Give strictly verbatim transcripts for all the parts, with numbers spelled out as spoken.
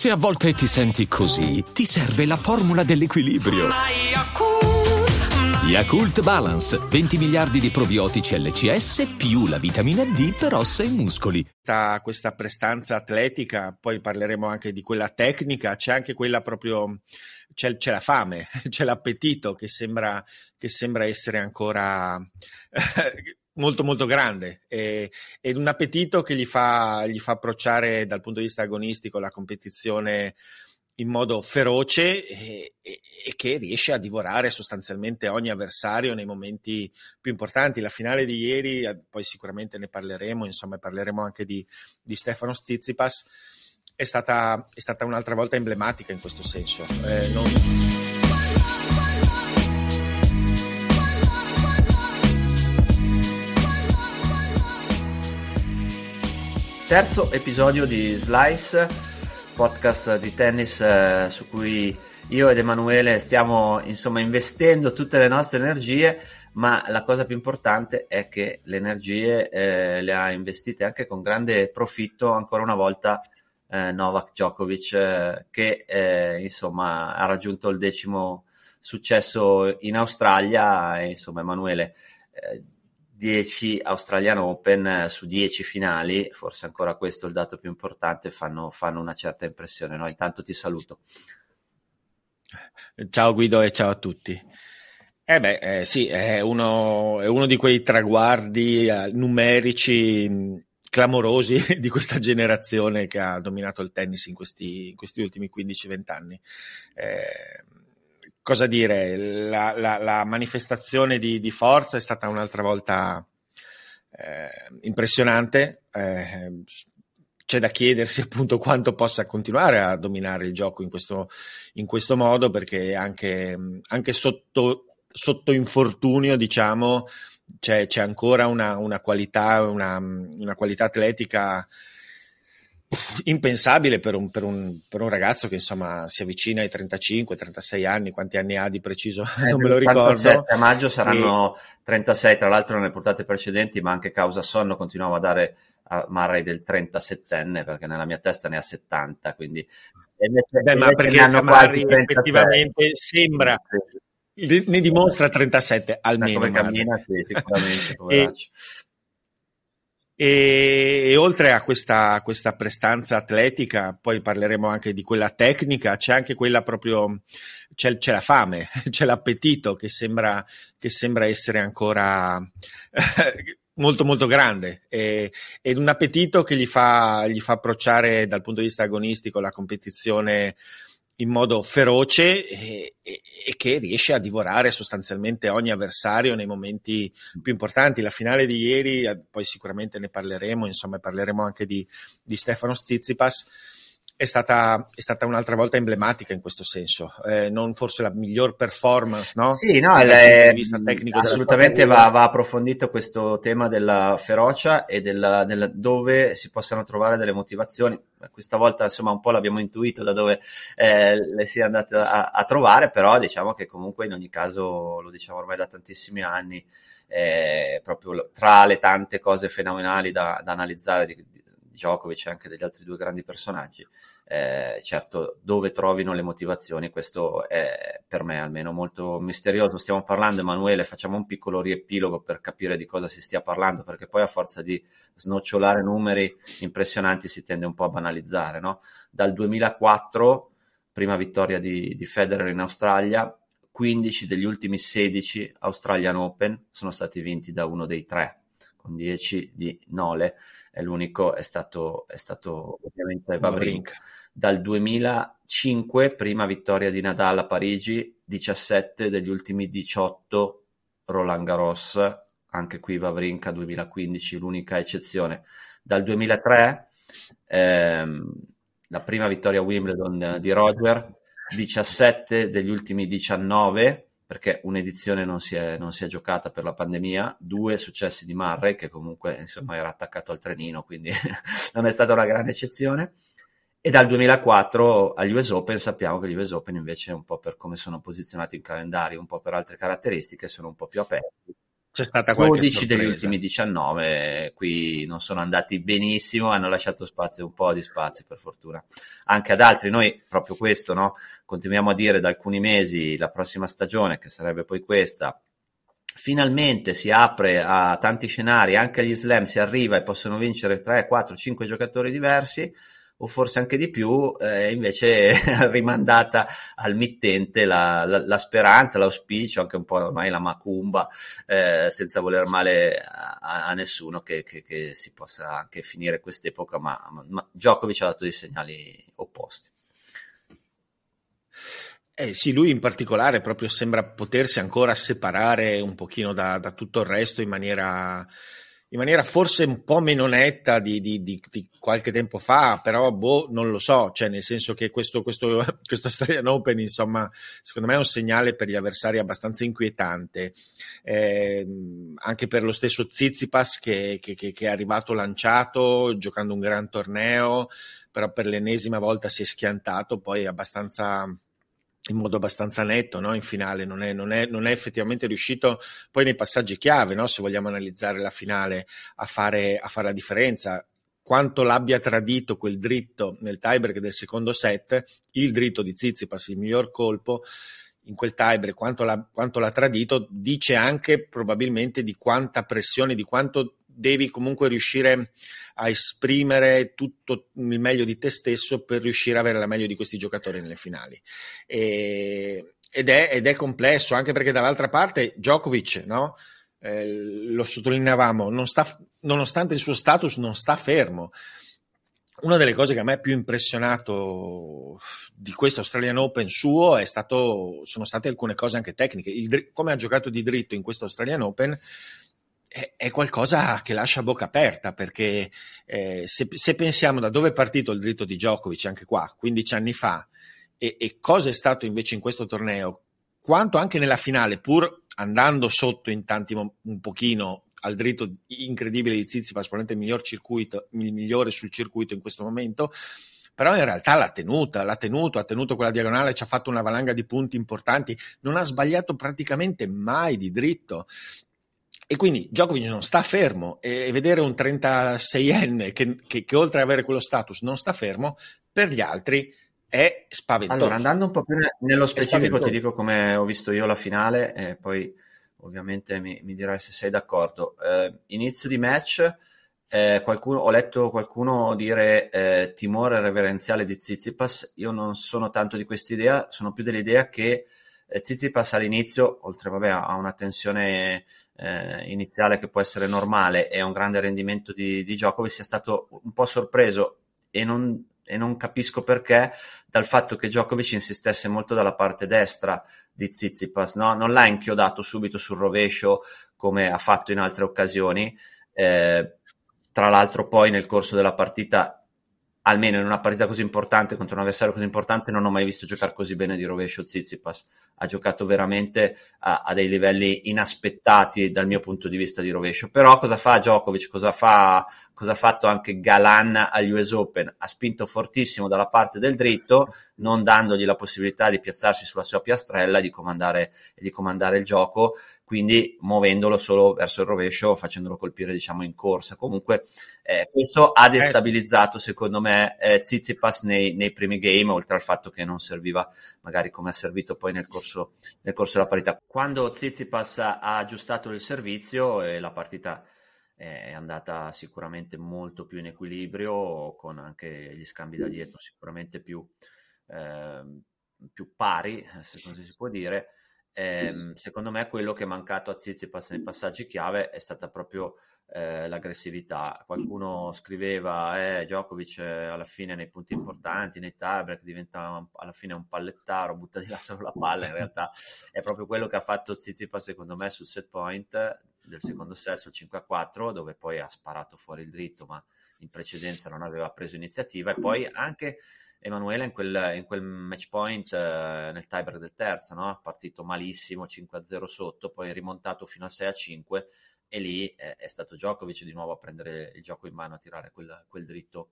Se a volte ti senti così, ti serve la formula dell'equilibrio. Yakult Balance, venti miliardi di probiotici L C S più la vitamina D per ossa e muscoli. Questa, questa prestanza atletica, poi parleremo anche di quella tecnica, c'è anche quella proprio, c'è, c'è la fame, c'è l'appetito che sembra, che sembra essere ancora molto molto grande, e, ed un appetito che gli fa, gli fa approcciare dal punto di vista agonistico la competizione in modo feroce e, e, e che riesce a divorare sostanzialmente ogni avversario nei momenti più importanti. La finale di ieri, poi sicuramente ne parleremo, insomma parleremo anche di, di Stefano Tsitsipas, è stata, è stata un'altra volta emblematica in questo senso. Eh, non... Terzo episodio di Slice, podcast di tennis eh, su cui io ed Emanuele stiamo insomma investendo tutte le nostre energie, ma la cosa più importante è che le energie eh, le ha investite anche con grande profitto ancora una volta eh, Novak Djokovic, eh, che eh, insomma ha raggiunto il decimo successo in Australia. E insomma Emanuele, eh, dieci Australian Open su dieci finali, forse ancora questo è il dato più importante, fanno, fanno una certa impressione, no? Intanto ti saluto. Ciao Guido e ciao a tutti. Eh beh, eh, sì, è uno, è uno di quei traguardi eh, numerici mh, clamorosi di questa generazione che ha dominato il tennis in questi, in questi ultimi quindici venti anni. Eh, Cosa dire, la, la, la manifestazione di, di forza è stata un'altra volta eh, impressionante. Eh, c'è da chiedersi appunto quanto possa continuare a dominare il gioco in questo, in questo modo, perché anche, anche sotto, sotto infortunio, diciamo, c'è, c'è ancora una, una qualità, una, una qualità atletica impensabile per un, per, un, per un ragazzo che insomma si avvicina ai trentacinque trentasei anni. Quanti anni ha di preciso? Eh, non me lo ricordo. A maggio saranno e... trentasei, tra l'altro nelle puntate precedenti, ma anche causa sonno continuavo a dare a Murray del trentasettenne, perché nella mia testa ne ha settanta, quindi invece, Beh, ma perché hanno Murray effettivamente sembra ne dimostra trentasette almeno, come cammina, sì, sicuramente. e, E, e oltre a questa, questa prestanza atletica, poi parleremo anche di quella tecnica, c'è anche quella proprio, c'è, c'è la fame, c'è l'appetito che sembra, che sembra essere ancora molto molto grande, e, ed un appetito che gli fa, gli fa approcciare dal punto di vista agonistico la competizione in modo feroce e, e, e che riesce a divorare sostanzialmente ogni avversario nei momenti più importanti. La finale di ieri, poi sicuramente ne parleremo, insomma parleremo anche di, di Stefano Tsitsipas, è stata, è stata un'altra volta emblematica in questo senso. Eh, non forse la miglior performance, no? Sì, no, dal punto di vista tecnico assolutamente va, va approfondito questo tema della ferocia e della, della, dove si possano trovare delle motivazioni. Questa volta insomma un po' l'abbiamo intuito da dove eh, le si è andate a, a trovare, però diciamo che comunque in ogni caso, lo diciamo ormai da tantissimi anni, eh, proprio tra le tante cose fenomenali da, da analizzare di, di Djokovic e anche degli altri due grandi personaggi, eh, certo dove trovino le motivazioni, questo è per me almeno molto misterioso. Stiamo parlando, Emanuele, facciamo un piccolo riepilogo per capire di cosa si stia parlando, perché poi a forza di snocciolare numeri impressionanti si tende un po' a banalizzare, no? Dal duemilaquattro, prima vittoria di, di Federer in Australia, quindici degli ultimi sedici Australian Open sono stati vinti da uno dei tre, con dieci di Nole, e l'unico è stato, è stato ovviamente Wawrinka. Dal duemilacinque, prima vittoria di Nadal a Parigi, diciassette degli ultimi diciotto Roland Garros, anche qui Wawrinka duemilaquindici, l'unica eccezione. Dal duemilatré, ehm, la prima vittoria a Wimbledon di Roger, diciassette degli ultimi diciannove, perché un'edizione non si è, non si è giocata per la pandemia, due successi di Murray, che comunque insomma era attaccato al trenino, quindi non è stata una grande eccezione. E dal duemilaquattro agli U S Open sappiamo che gli U S Open invece, un po' per come sono posizionati in calendario, un po' per altre caratteristiche, sono un po' più aperti c'è stata qualche dodici sorpresa. Degli ultimi diciannove, qui non sono andati benissimo, hanno lasciato spazio, un po' di spazio per fortuna anche ad altri. Noi proprio questo, no? Continuiamo a dire da alcuni mesi la prossima stagione, che sarebbe poi questa, finalmente si apre a tanti scenari, anche agli slam si arriva e possono vincere tre, quattro, cinque giocatori diversi, o forse anche di più, eh, invece rimandata al mittente la, la, la speranza, l'auspicio, anche un po' ormai la macumba, eh, senza voler male a, a nessuno, che, che, che si possa anche finire quest'epoca, ma, ma Djokovic ha dato dei segnali opposti. Eh sì, lui in particolare proprio sembra potersi ancora separare un pochino da, da tutto il resto in maniera... in maniera forse un po' meno netta di, di, di, di qualche tempo fa, però boh, non lo so, cioè nel senso che questo, questo, questo Australian Open, insomma, secondo me è un segnale per gli avversari abbastanza inquietante, eh, anche per lo stesso Tsitsipas che, che, che è arrivato lanciato, giocando un gran torneo, però per l'ennesima volta si è schiantato, poi abbastanza... in modo abbastanza netto, no? In finale non è, non, è, non è effettivamente riuscito poi nei passaggi chiave, no? Se vogliamo analizzare la finale, a fare, a fare la differenza, quanto l'abbia tradito quel dritto nel tiebreak del secondo set, il dritto di Tsitsipas, il miglior colpo in quel tiebreak, quanto l'ha, quanto l'ha tradito, dice anche probabilmente di quanta pressione, di quanto devi comunque riuscire a esprimere tutto il meglio di te stesso per riuscire a avere la meglio di questi giocatori nelle finali. E, ed, è, ed è complesso, anche perché dall'altra parte Djokovic, no? Eh, lo sottolineavamo, non sta, nonostante il suo status non sta fermo. Una delle cose che a me ha più impressionato di questo Australian Open suo è stato, sono state alcune cose anche tecniche. Il, come ha giocato di dritto in questo Australian Open è qualcosa che lascia bocca aperta, perché eh, se, se pensiamo da dove è partito il dritto di Djokovic anche qua, quindici anni fa, e, e cosa è stato invece in questo torneo, quanto anche nella finale, pur andando sotto in tanti un pochino al dritto incredibile di Tsitsipas, probabilmente il miglior circuito, il migliore sul circuito in questo momento, però in realtà l'ha tenuta, l'ha tenuto, ha tenuto quella diagonale, ci ha fatto una valanga di punti importanti, non ha sbagliato praticamente mai di dritto. E quindi Djokovic non sta fermo, e vedere un trentaseienne che, che, che oltre ad avere quello status non sta fermo, per gli altri è spaventoso. Allora, andando un po' più nello specifico, ti dico come ho visto io la finale, e poi ovviamente mi, mi dirai se sei d'accordo. Eh, inizio di match, eh, qualcuno, ho letto qualcuno dire eh, timore reverenziale di Tsitsipas. Io non sono tanto di quest'idea, sono più dell'idea che eh, Tsitsipas all'inizio, oltre vabbè, a una tensione Eh, iniziale che può essere normale e un grande rendimento di, di Djokovic, sia stato un po' sorpreso, e non, e non capisco perché, dal fatto che Djokovic insistesse molto dalla parte destra di Tsitsipas, no? Non l'ha inchiodato subito sul rovescio come ha fatto in altre occasioni, eh, tra l'altro poi nel corso della partita, almeno in una partita così importante contro un avversario così importante, non ho mai visto giocare così bene di rovescio Tsitsipas. Ha giocato veramente a, a dei livelli inaspettati dal mio punto di vista di rovescio. Però cosa fa Djokovic? Cosa fa, cosa ha fatto anche Galan agli U S Open? Ha spinto fortissimo dalla parte del dritto, non dandogli la possibilità di piazzarsi sulla sua piastrella e di comandare, e di comandare il gioco, quindi muovendolo solo verso il rovescio, facendolo colpire diciamo in corsa. Comunque eh, questo ha destabilizzato secondo me eh, Tsitsipas nei, nei primi game, oltre al fatto che non serviva magari come ha servito poi nel corso, nel corso della partita. Quando Tsitsipas ha aggiustato il servizio, eh, la partita è andata sicuramente molto più in equilibrio, con anche gli scambi da dietro sicuramente più, eh, più pari, se così si può dire. Eh, secondo me quello che è mancato a Tsitsipas nei passaggi chiave è stata proprio eh, l'aggressività. Qualcuno scriveva eh, Djokovic eh, alla fine nei punti importanti, nei tiebreak diventa un, alla fine un pallettaro, butta di là solo la palla. In realtà è proprio quello che ha fatto Tsitsipas secondo me sul set point del secondo set, sul cinque a quattro, dove poi ha sparato fuori il dritto, ma in precedenza non aveva preso iniziativa. E poi anche Emanuele in quel, in quel match point eh, nel tiebreak del terzo, no? Partito malissimo, cinque a zero sotto, poi rimontato fino a sei a cinque, e lì eh, è stato Djokovic di nuovo a prendere il gioco in mano, a tirare quel, quel dritto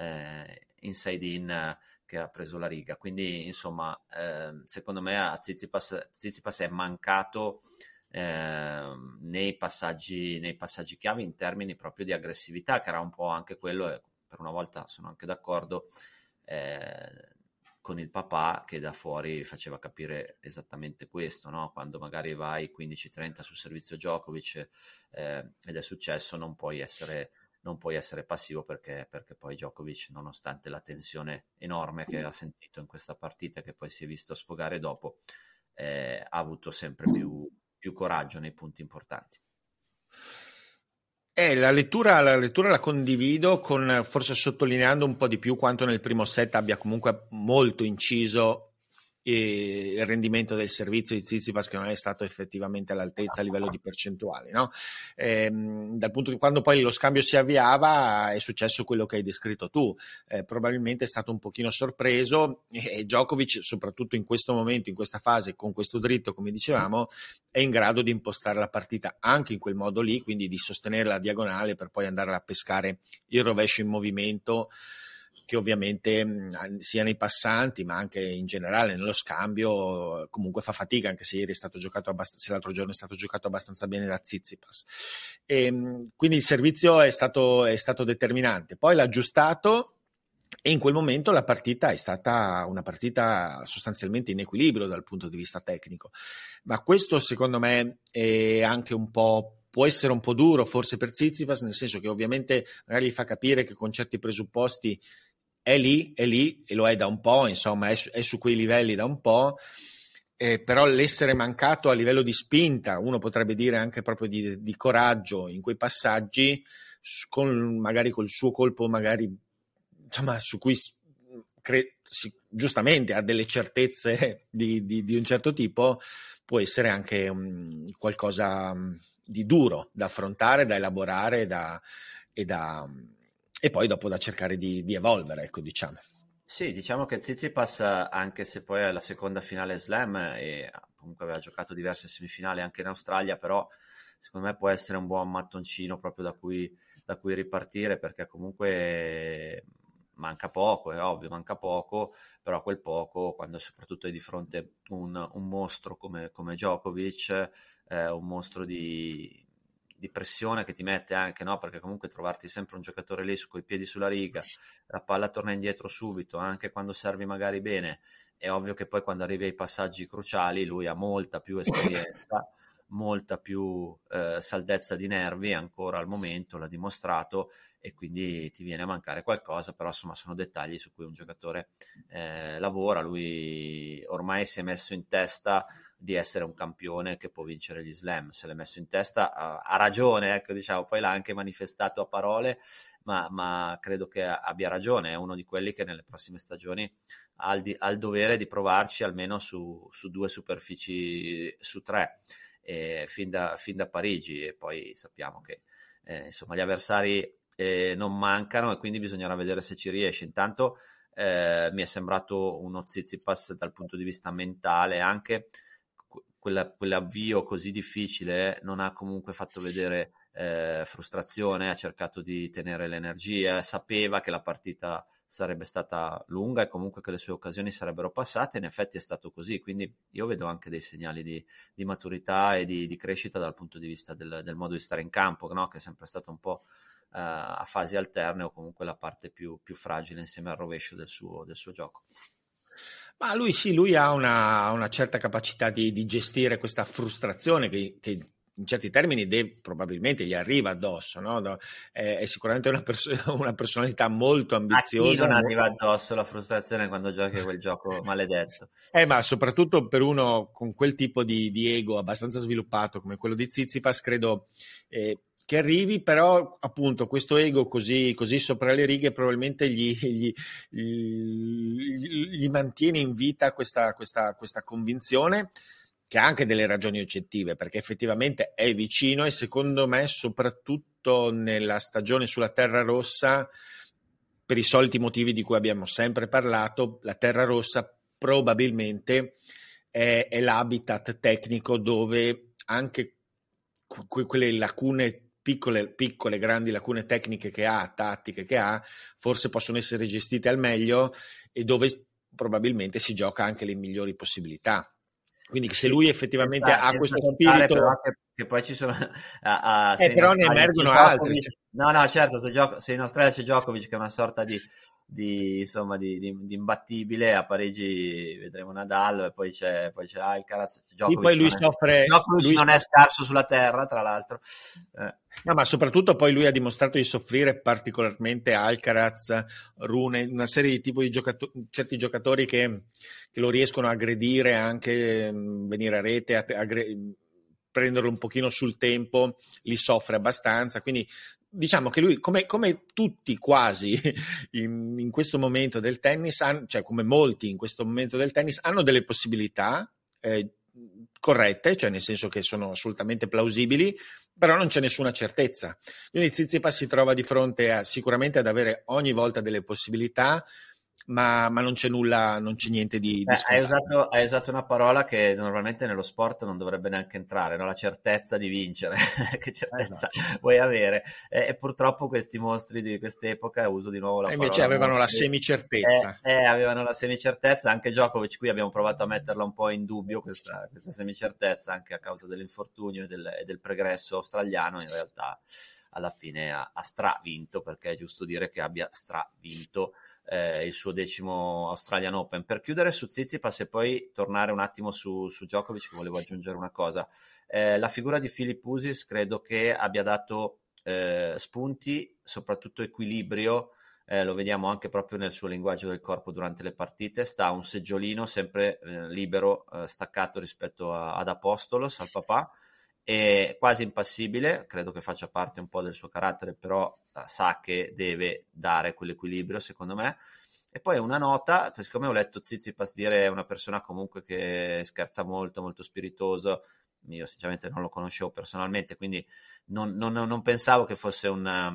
eh, inside in eh, che ha preso la riga. Quindi insomma eh, secondo me a Tsitsipas, Tsitsipas è mancato eh, nei passaggi nei passaggi chiave in termini proprio di aggressività, che era un po' anche quello, e per una volta sono anche d'accordo eh, con il papà, che da fuori faceva capire esattamente questo, no? Quando magari vai quindici trenta sul servizio Djokovic eh, ed è successo, non puoi essere non puoi essere passivo, perché, perché poi Djokovic, nonostante la tensione enorme che ha sentito in questa partita, che poi si è visto sfogare dopo, eh, ha avuto sempre più, più coraggio nei punti importanti. Eh, la lettura, la lettura la condivido, con forse sottolineando un po' di più quanto nel primo set abbia comunque molto inciso eh, il rendimento del servizio di Tsitsipas, che non è stato effettivamente all'altezza a livello di percentuali, no? Ehm, dal punto di quando poi lo scambio si avviava è successo quello che hai descritto tu, eh, probabilmente è stato un pochino sorpreso, e Djokovic soprattutto in questo momento, in questa fase, con questo dritto come dicevamo, è in grado di impostare la partita anche in quel modo lì, quindi di sostenere la diagonale per poi andare a pescare il rovescio in movimento, che ovviamente mh, sia nei passanti ma anche in generale nello scambio comunque fa fatica, anche se ieri è stato giocato abbastanza, se l'altro giorno è stato giocato abbastanza bene da Tsitsipas. E, mh, quindi il servizio è stato, è stato determinante, poi l'ha aggiustato e in quel momento la partita è stata una partita sostanzialmente in equilibrio dal punto di vista tecnico, ma questo secondo me è anche un po', può essere un po' duro forse per Tsitsipas, nel senso che ovviamente magari gli fa capire che con certi presupposti è lì, è lì e lo è da un po', insomma è su, è su quei livelli da un po', eh, però l'essere mancato a livello di spinta, uno potrebbe dire anche proprio di, di coraggio in quei passaggi, con, magari col suo colpo magari, insomma, su cui cre- si, giustamente ha delle certezze di, di, di un certo tipo, può essere anche um, qualcosa di duro da affrontare, da elaborare da, e da... e poi dopo da cercare di, di evolvere, ecco, diciamo. Sì, diciamo che Tsitsipas, anche se poi è la seconda finale slam e comunque aveva giocato diverse semifinali anche in Australia, però secondo me può essere un buon mattoncino proprio da cui, da cui ripartire, perché comunque manca poco, è ovvio, manca poco, però quel poco, quando soprattutto è di fronte un, un mostro come, come Djokovic, eh, un mostro di... di pressione che ti mette anche, no? Perché comunque trovarti sempre un giocatore lì coi piedi sulla riga, la palla torna indietro subito, anche quando servi magari bene, è ovvio che poi quando arrivi ai passaggi cruciali lui ha molta più esperienza, molta più eh, saldezza di nervi ancora al momento, l'ha dimostrato, e quindi ti viene a mancare qualcosa, però insomma sono dettagli su cui un giocatore eh, lavora. Lui ormai si è messo in testa di essere un campione che può vincere gli slam, se l'è messo in testa, ha, ha ragione, ecco, diciamo, poi l'ha anche manifestato a parole, ma, ma credo che abbia ragione, è uno di quelli che nelle prossime stagioni ha il, di, ha il dovere di provarci almeno su, su due superfici su tre, eh, fin, da, fin da Parigi, e poi sappiamo che eh, insomma gli avversari eh, non mancano, e quindi bisognerà vedere se ci riesce. Intanto eh, mi è sembrato uno Tsitsipas dal punto di vista mentale, anche Quella, quell'avvio così difficile non ha comunque fatto vedere eh, frustrazione, ha cercato di tenere l'energia, sapeva che la partita sarebbe stata lunga e comunque che le sue occasioni sarebbero passate, in effetti è stato così, quindi io vedo anche dei segnali di, di maturità e di, di crescita dal punto di vista del, del modo di stare in campo, no? Che è sempre stato un po' eh, a fasi alterne, o comunque la parte più, più fragile insieme al rovescio del suo, del suo gioco. Ma lui sì, lui ha una, una certa capacità di, di gestire questa frustrazione che, che in certi termini deve, probabilmente gli arriva addosso, no? È, è sicuramente una, perso- una personalità molto ambiziosa. A chi non molto... arriva addosso la frustrazione quando giochi quel gioco maledetto? Eh, ma soprattutto per uno con quel tipo di, di ego abbastanza sviluppato come quello di Tsitsipas, credo... Eh, che arrivi, però appunto questo ego così, così sopra le righe probabilmente gli, gli, gli, gli mantiene in vita questa, questa, questa convinzione, che ha anche delle ragioni oggettive, perché effettivamente è vicino, e secondo me soprattutto nella stagione sulla terra rossa, per i soliti motivi di cui abbiamo sempre parlato, la terra rossa probabilmente è, è l'habitat tecnico dove anche que- quelle lacune Piccole, piccole, grandi lacune tecniche che ha, tattiche che ha, forse possono essere gestite al meglio, e dove probabilmente si gioca anche le migliori possibilità. Quindi se lui effettivamente senza, ha questo contare, spirito... Però che, che poi ci sono... A, a, eh, però ne emergono altri. No, no, certo, se, gioco, se in Australia c'è Djokovic che è una sorta di... Di, insomma di, di, di imbattibile, a Parigi vedremo Nadal e poi c'è, poi c'è Alcaraz. Sì, poi lui soffre, Djokovic lui non è scarso sulla terra, tra l'altro. Eh. No, ma soprattutto poi lui ha dimostrato di soffrire particolarmente Alcaraz, Rune, una serie di tipi di giocatori, certi giocatori che, che lo riescono a aggredire, anche mh, venire a rete, a, a, a prenderlo un pochino sul tempo, li soffre abbastanza, quindi diciamo che lui, come, come tutti quasi in, in questo momento del tennis, han, cioè come molti in questo momento del tennis, hanno delle possibilità eh, corrette, cioè nel senso che sono assolutamente plausibili, però non c'è nessuna certezza. Quindi Tsitsipas si trova di fronte a, sicuramente ad avere ogni volta delle possibilità, ma, ma non c'è nulla, non c'è niente di, di eh, hai, usato, hai usato una parola che normalmente nello sport non dovrebbe neanche entrare, no? La certezza di vincere. Che certezza eh no. vuoi avere? Eh, e purtroppo questi mostri di quest'epoca, uso di nuovo la e parola invece avevano mostri, la semicertezza. Eh, eh, avevano la semicertezza, anche Djokovic qui abbiamo provato a metterla un po' in dubbio questa, questa semicertezza, anche a causa dell'infortunio e del, e del pregresso australiano. In realtà alla fine ha, ha stravinto, perché è giusto dire che abbia stravinto Eh, il suo decimo Australian Open. Per chiudere su Tsitsipas e poi tornare un attimo su, su Djokovic, che volevo aggiungere una cosa. Eh, la figura di Philipp Usis credo che abbia dato eh, spunti, soprattutto equilibrio, eh, lo vediamo anche proprio nel suo linguaggio del corpo durante le partite. Sta a un seggiolino sempre eh, libero, eh, staccato rispetto a, ad Apostolos, al papà, è quasi impassibile, credo che faccia parte un po' del suo carattere, però sa che deve dare quell'equilibrio, secondo me. E poi una nota, siccome ho letto Tsitsipas dire è una persona comunque che scherza molto, molto spiritoso, io sinceramente non lo conoscevo personalmente, quindi non, non, non pensavo che fosse una,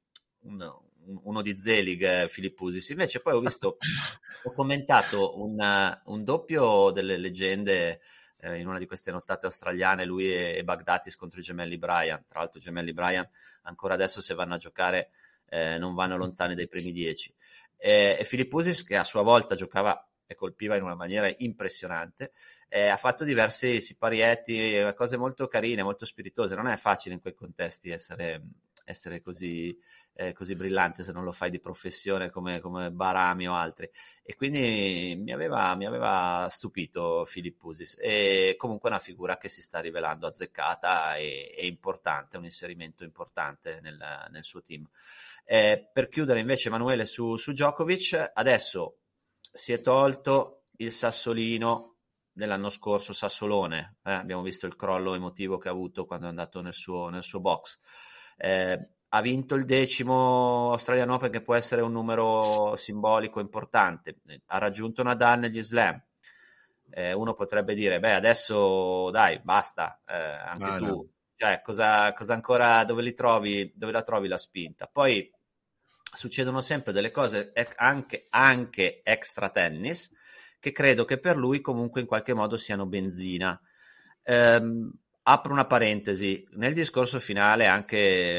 una, uno di Zelig, Philipp Usis. Invece poi ho visto, ho commentato una, un doppio delle leggende in una di queste nottate australiane, lui e, e Baghdatis contro i gemelli Bryan. Tra l'altro i gemelli Bryan ancora adesso, se vanno a giocare, eh, non vanno lontani dai primi dieci. E, e Philipp Usis, che a sua volta giocava e colpiva in una maniera impressionante, eh, ha fatto diversi siparietti, cose molto carine, molto spiritose. Non è facile in quei contesti essere, essere così, eh, così brillante se non lo fai di professione come, come Barami o altri. E quindi mi aveva, mi aveva stupito Philipp Usis, e comunque una figura che si sta rivelando azzeccata e, e importante, un inserimento importante nel, nel suo team. Eh, per chiudere invece, Emanuele, su, su Djokovic, adesso si è tolto il sassolino dell'anno scorso, Sassolone, eh, abbiamo visto il crollo emotivo che ha avuto quando è andato nel suo, nel suo box. Eh, ha vinto il decimo Australian Open, che può essere un numero simbolico importante, ha raggiunto Nadal negli slam. Eh, uno potrebbe dire, beh, adesso dai, basta, eh, anche ah, tu, no. Cioè, cosa, cosa ancora, dove li trovi, dove la trovi la spinta? Poi succedono sempre delle cose anche, anche extra tennis, che credo che per lui comunque in qualche modo siano benzina. Ehm, apro una parentesi, nel discorso finale anche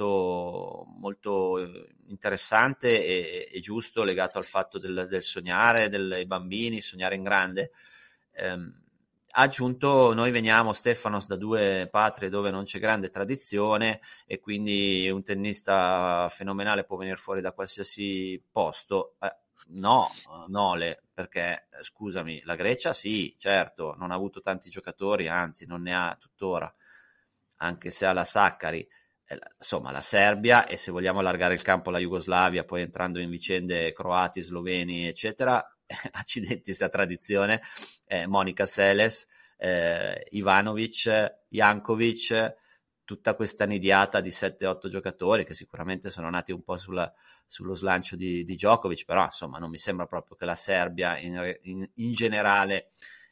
molto, molto interessante e, e giusto, legato al fatto del, del sognare, dei bambini, sognare in grande, ehm, ha aggiunto: noi veniamo, Stefanos, da due patrie dove non c'è grande tradizione, e quindi un tennista fenomenale può venire fuori da qualsiasi posto. Eh, no, Nole, perché scusami, la Grecia sì, certo, non ha avuto tanti giocatori, anzi non ne ha tuttora, anche se ha la Saccari, eh, insomma la Serbia, e se vogliamo allargare il campo la Jugoslavia, poi entrando in vicende croati, sloveni, eccetera, accidenti sta tradizione, eh, Monica Seles, eh, Ivanovic, Jankovic, tutta questa nidiata di sette otto giocatori che sicuramente sono nati un po' sulla, sullo slancio di, di Djokovic, però insomma non mi sembra proprio che la Serbia in, in, in generale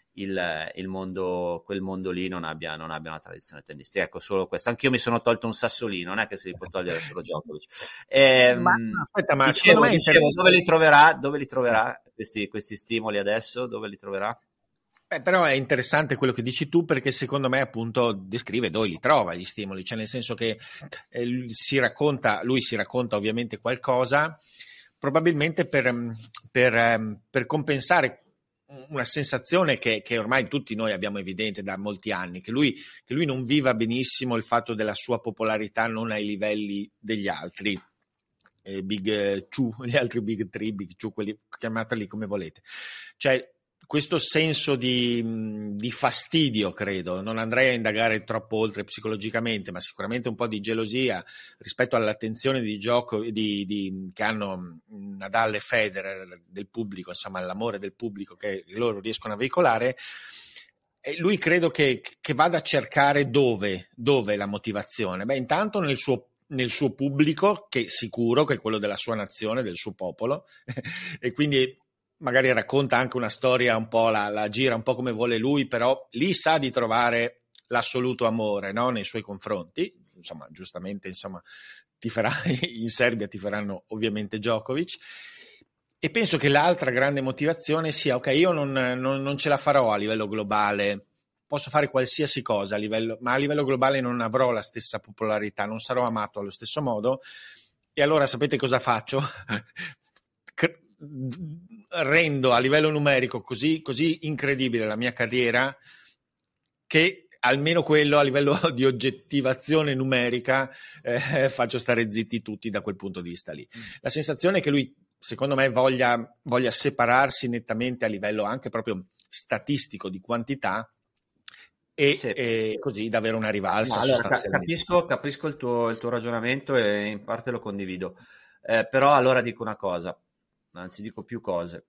il, il mondo, quel mondo lì non abbia, non abbia una tradizione tennistica. Ecco, solo questo. Anch'io mi sono tolto un sassolino, non è che si può togliere solo Djokovic. E, ma, aspetta, ma dicevo, me dicevo, dove li troverà, dove li troverà questi, questi stimoli adesso? Dove li troverà? Eh, però è interessante quello che dici tu, perché secondo me appunto descrive dove li trova gli stimoli, cioè nel senso che eh, lui si racconta, lui si racconta ovviamente qualcosa, probabilmente per, per, per compensare una sensazione che, che ormai tutti noi abbiamo evidente da molti anni, che lui, che lui non viva benissimo il fatto della sua popolarità non ai livelli degli altri eh, Big Two, gli altri Big Three, Big Two, quelli, chiamateli come volete. Cioè, questo senso di, di fastidio, credo, non andrei a indagare troppo oltre psicologicamente, ma sicuramente un po' di gelosia rispetto all'attenzione di gioco di, di, che hanno Nadal e Federer del pubblico, insomma l'amore del pubblico che loro riescono a veicolare. E lui credo che, che vada a cercare dove, dove la motivazione. Beh, intanto nel suo nel suo pubblico, che sicuro che è quello della sua nazione, del suo popolo, e quindi magari racconta anche una storia un po', la, la gira un po' come vuole lui, però lì sa di trovare l'assoluto amore, no? Nei suoi confronti. Insomma, giustamente, insomma, tiferà, in Serbia tiferanno ovviamente Djokovic. E penso che l'altra grande motivazione sia, ok, io non, non, non ce la farò a livello globale, posso fare qualsiasi cosa a livello, ma a livello globale non avrò la stessa popolarità, non sarò amato allo stesso modo, e allora sapete cosa faccio? Rendo a livello numerico così, così incredibile la mia carriera che almeno quello a livello di oggettivazione numerica eh, faccio stare zitti tutti da quel punto di vista lì. La sensazione è che lui, secondo me, voglia, voglia separarsi nettamente a livello anche proprio statistico di quantità e, sì, e sì. Così da avere una rivalsa. No, allora, capisco, capisco il tuo, il tuo ragionamento e in parte lo condivido, eh, però allora dico una cosa, anzi dico più cose.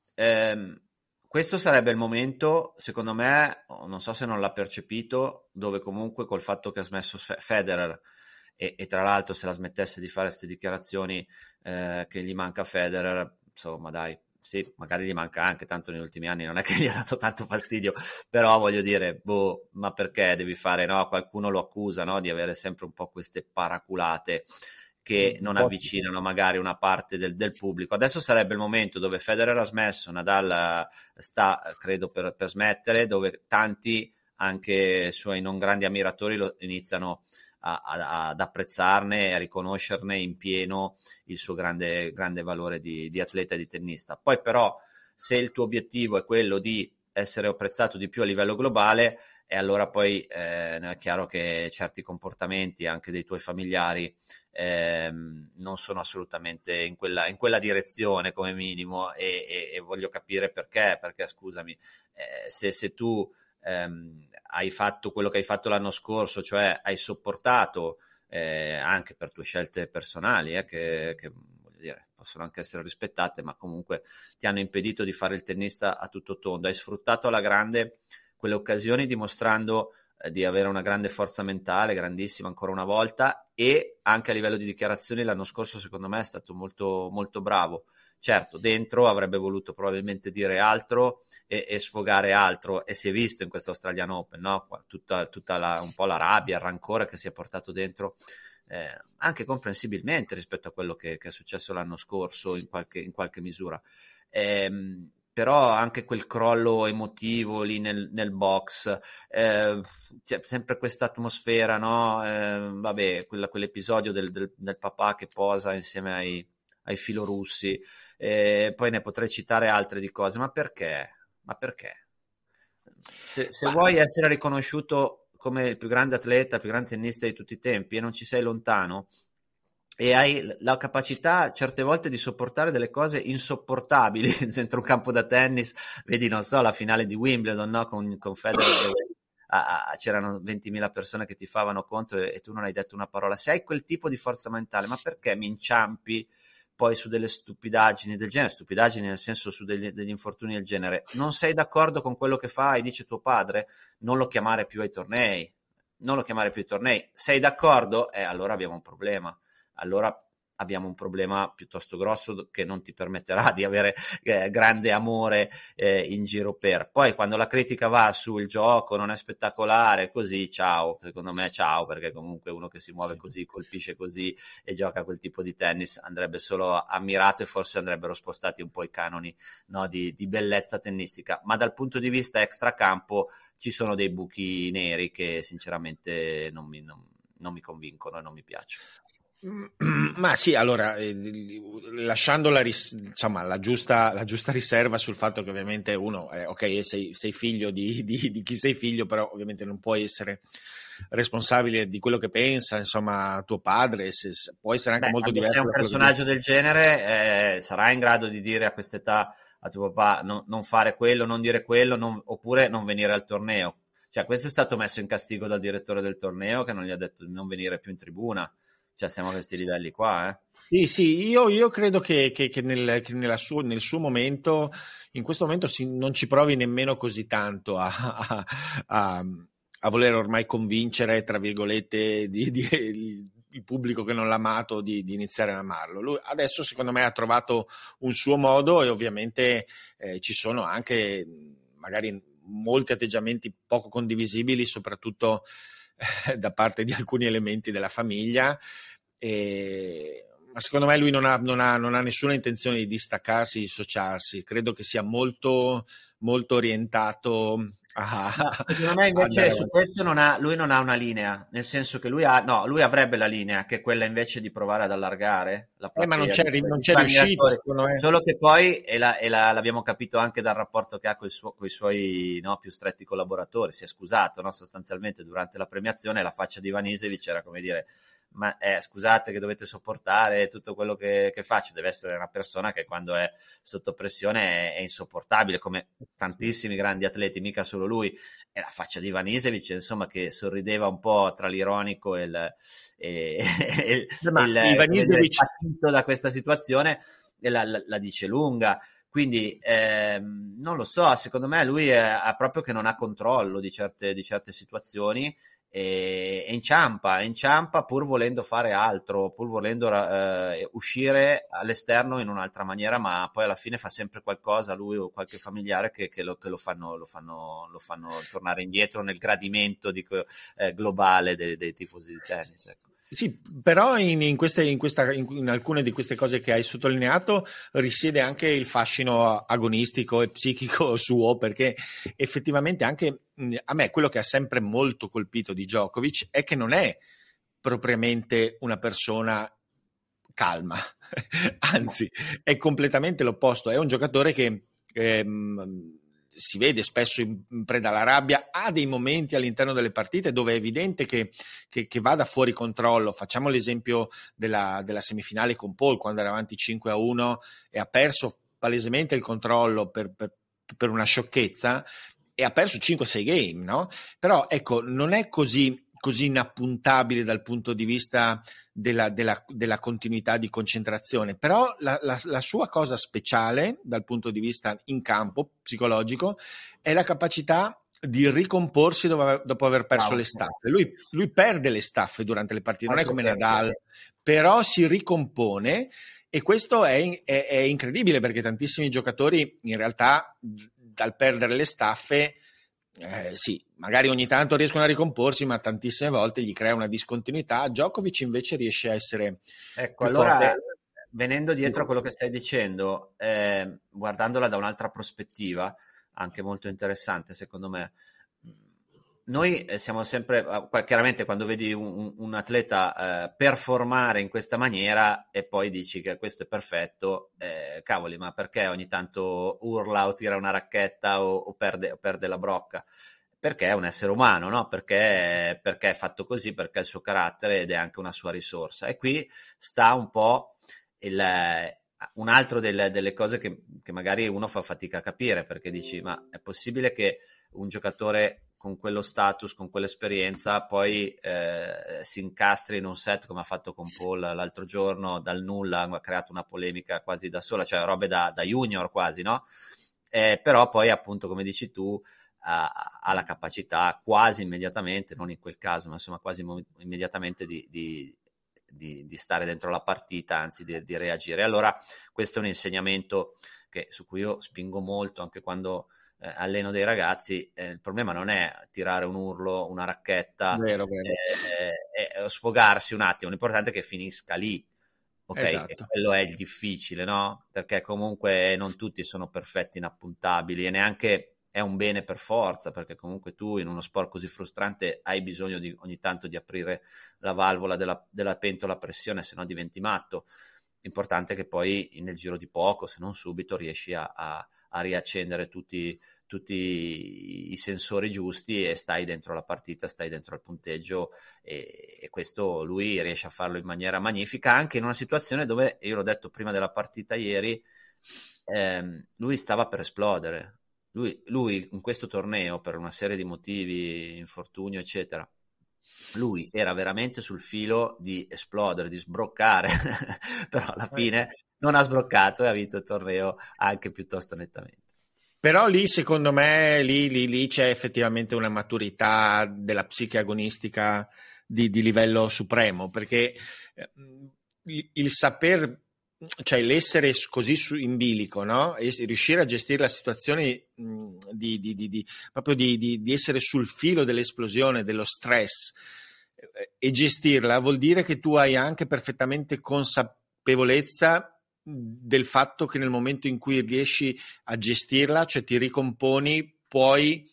Eh, questo sarebbe il momento, secondo me, non so se non l'ha percepito, dove comunque col fatto che ha smesso Federer e, e tra l'altro se la smettesse di fare queste dichiarazioni eh, che gli manca Federer, insomma dai, sì, magari gli manca anche, tanto negli ultimi anni non è che gli ha dato tanto fastidio, però voglio dire, boh, ma perché devi fare, no? Qualcuno lo accusa, no? Di avere sempre un po' queste paraculate che non avvicinano magari una parte del, del pubblico. Adesso sarebbe il momento dove Federer ha smesso, Nadal sta, credo, per, per smettere, dove tanti, anche suoi non grandi ammiratori, lo iniziano a, a, ad apprezzarne e a riconoscerne in pieno il suo grande, grande valore di, di atleta e di tennista. Poi però, se il tuo obiettivo è quello di essere apprezzato di più a livello globale, e allora poi eh, è chiaro che certi comportamenti anche dei tuoi familiari eh, non sono assolutamente in quella, in quella direzione come minimo, e, e, e voglio capire perché, perché scusami, eh, se, se tu ehm, hai fatto quello che hai fatto l'anno scorso, cioè hai sopportato eh, anche per tue scelte personali, eh, che, che voglio dire, possono anche essere rispettate, ma comunque ti hanno impedito di fare il tennista a tutto tondo, hai sfruttato alla grande quelle occasioni dimostrando eh, di avere una grande forza mentale, grandissima ancora una volta, e anche a livello di dichiarazioni l'anno scorso secondo me è stato molto, molto bravo. Certo, dentro avrebbe voluto probabilmente dire altro e, e sfogare altro, e si è visto in questo Australian Open, no? Tutta, tutta la, un po' la rabbia, il rancore che si è portato dentro, eh, anche comprensibilmente rispetto a quello che, che è successo l'anno scorso in qualche, in qualche misura. Ehm, però anche quel crollo emotivo lì nel, nel box, eh, c'è sempre questa atmosfera, no? Eh, vabbè, quella, quell'episodio del, del, del papà che posa insieme ai, ai filorussi, eh, poi ne potrei citare altre di cose, ma perché? Ma perché? Se, se vuoi essere riconosciuto come il più grande atleta, il più grande tennista di tutti i tempi e non ci sei lontano, e hai la capacità certe volte di sopportare delle cose insopportabili dentro un campo da tennis, vedi, non so, la finale di Wimbledon, no? con, con Federer dove ah, ah, c'erano ventimila persone che tifavano contro e, e tu non hai detto una parola. Se hai quel tipo di forza mentale, ma perché mi inciampi poi su delle stupidaggini del genere, stupidaggini nel senso su degli, degli infortuni del genere? Non sei d'accordo con quello che fai, dice tuo padre, non lo chiamare più ai tornei, non lo chiamare più ai tornei. Sei d'accordo? Eh, allora abbiamo un problema. Allora abbiamo un problema piuttosto grosso che non ti permetterà di avere eh, grande amore eh, in giro per. Poi quando la critica va sul gioco, non è spettacolare, così, ciao, secondo me ciao, perché comunque uno che si muove così, colpisce così e gioca quel tipo di tennis andrebbe solo ammirato, e forse andrebbero spostati un po' i canoni, no, di, di bellezza tennistica. Ma dal punto di vista extracampo ci sono dei buchi neri che sinceramente non mi, non, non mi convincono e non mi piacciono. Ma sì, allora, eh, lasciando la, ris- insomma, la, giusta, la giusta riserva sul fatto che ovviamente uno, eh, ok, sei, sei figlio di, di, di chi sei figlio, però ovviamente non puoi essere responsabile di quello che pensa, insomma, tuo padre, se, se, può essere anche Beh, molto quando diverso. sei un personaggio del genere, eh, sarai in grado di dire a quest'età a tuo papà no, non fare quello, non dire quello, non, oppure non venire al torneo. Cioè, questo è stato messo in castigo dal direttore del torneo che non gli ha detto di non venire più in tribuna. Cioè, siamo a questi livelli qua, eh. Sì, sì, io, io credo che, che, che, nel, che nella suo, nel suo momento, in questo momento si, non ci provi nemmeno così tanto a, a, a, a voler ormai convincere, tra virgolette, di, di, il pubblico che non l'ha amato di, di iniziare ad amarlo. Lui adesso secondo me ha trovato un suo modo e ovviamente eh, ci sono anche magari molti atteggiamenti poco condivisibili, soprattutto eh, da parte di alcuni elementi della famiglia. E, ma secondo me lui non ha, non, ha, non ha nessuna intenzione di distaccarsi, di dissociarsi. Credo che sia molto, molto orientato a, no, secondo me invece su questo non ha, lui non ha una linea, nel senso che lui ha, no, lui avrebbe la linea che è quella invece di provare ad allargare la platea, eh, ma non c'è, di, non di c'è riuscito, secondo me. Solo che poi, e, la, e la, l'abbiamo capito anche dal rapporto che ha con i suoi no, più stretti collaboratori, si è scusato no, sostanzialmente durante la premiazione, la faccia di Ivanisevic era come dire ma eh, scusate che dovete sopportare tutto quello che, che faccio, deve essere una persona che quando è sotto pressione è, è insopportabile, come tantissimi grandi atleti, mica solo lui, e la faccia di Ivanisevic, insomma, che sorrideva un po' tra l'ironico e il, e, e, ma il, Ivanisevic... il patito da questa situazione, e la, la, la dice lunga. Quindi ehm, non lo so, secondo me lui è, è proprio che non ha controllo di certe, di certe situazioni e, e inciampa, inciampa pur volendo fare altro, pur volendo eh, uscire all'esterno in un'altra maniera, ma poi alla fine fa sempre qualcosa, lui o qualche familiare che, che, lo, che lo, fanno, lo, fanno, lo fanno tornare indietro nel gradimento di, eh, globale dei, dei tifosi di tennis, ecco. Sì, però in, in, queste, in, questa, in, in alcune di queste cose che hai sottolineato risiede anche il fascino agonistico e psichico suo, perché effettivamente anche a me quello che ha sempre molto colpito di Djokovic è che non è propriamente una persona calma, anzi è completamente l'opposto, è un giocatore che ehm, si vede spesso in preda alla rabbia, ha dei momenti all'interno delle partite dove è evidente che, che, che vada fuori controllo. Facciamo l'esempio della, della semifinale con Paul, quando era avanti cinque a uno e ha perso palesemente il controllo per, per, per una sciocchezza e ha perso cinque sei game, no? Però ecco, non è così così inappuntabile dal punto di vista della, della, della continuità di concentrazione, però la, la, la sua cosa speciale dal punto di vista in campo psicologico è la capacità di ricomporsi dopo, dopo aver perso wow. le staffe. Lui, lui perde le staffe durante le partite, non è come Nadal, però si ricompone e questo è, è, è incredibile perché tantissimi giocatori in realtà dal perdere le staffe Eh, sì, magari ogni tanto riescono a ricomporsi, ma tantissime volte gli crea una discontinuità. Djokovic invece riesce a essere ecco, allora forte. Venendo dietro a quello che stai dicendo, eh, guardandola da un'altra prospettiva, anche molto interessante secondo me, noi siamo sempre, chiaramente quando vedi un, un atleta eh, performare in questa maniera e poi dici che questo è perfetto, eh, cavoli, ma perché ogni tanto urla o tira una racchetta o, o, perde, o perde la brocca? Perché è un essere umano, no? Perché, perché è fatto così, perché è il suo carattere ed è anche una sua risorsa. E qui sta un po' il, un altro delle, delle cose che, che magari uno fa fatica a capire, perché dici, ma è possibile che un giocatore con quello status, con quell'esperienza, poi eh, si incastri in un set come ha fatto con Paul l'altro giorno, dal nulla, ha creato una polemica quasi da sola, cioè robe da, da junior quasi, no? Eh, però poi appunto, come dici tu, ha, ha la capacità quasi immediatamente, non in quel caso, ma insomma quasi immediatamente di, di, di, di stare dentro la partita, anzi di, di reagire. Allora questo è un insegnamento che, su cui io spingo molto anche quando Eh, alleno dei ragazzi, eh, il problema non è tirare un urlo, una racchetta, vero, vero. Eh, eh, sfogarsi un attimo, l'importante è che finisca lì, ok? Esatto. E quello è il difficile, no? Perché comunque non tutti sono perfetti, inappuntabili e neanche, è un bene per forza, perché comunque tu in uno sport così frustrante hai bisogno di, ogni tanto di aprire la valvola della, della pentola a pressione, se no diventi matto. Importante che poi nel giro di poco, se non subito, riesci a, a, a riaccendere tutti, tutti i sensori giusti e stai dentro la partita, stai dentro il punteggio, e, e questo lui riesce a farlo in maniera magnifica, anche in una situazione dove, io l'ho detto prima della partita ieri, ehm, lui stava per esplodere. Lui, lui in questo torneo, per una serie di motivi, infortunio eccetera, lui era veramente sul filo di esplodere, di sbroccare, però alla fine non ha sbroccato e ha vinto il torneo anche piuttosto nettamente. Però lì, secondo me, lì, lì, lì c'è effettivamente una maturità della psiche agonistica di, di livello supremo, perché il, il saper, cioè l'essere così su, in bilico, no? E riuscire a gestire la situazione di, di, di, di proprio di, di, di essere sul filo dell'esplosione, dello stress, e gestirla vuol dire che tu hai anche perfettamente consapevolezza del fatto che nel momento in cui riesci a gestirla, cioè ti ricomponi, puoi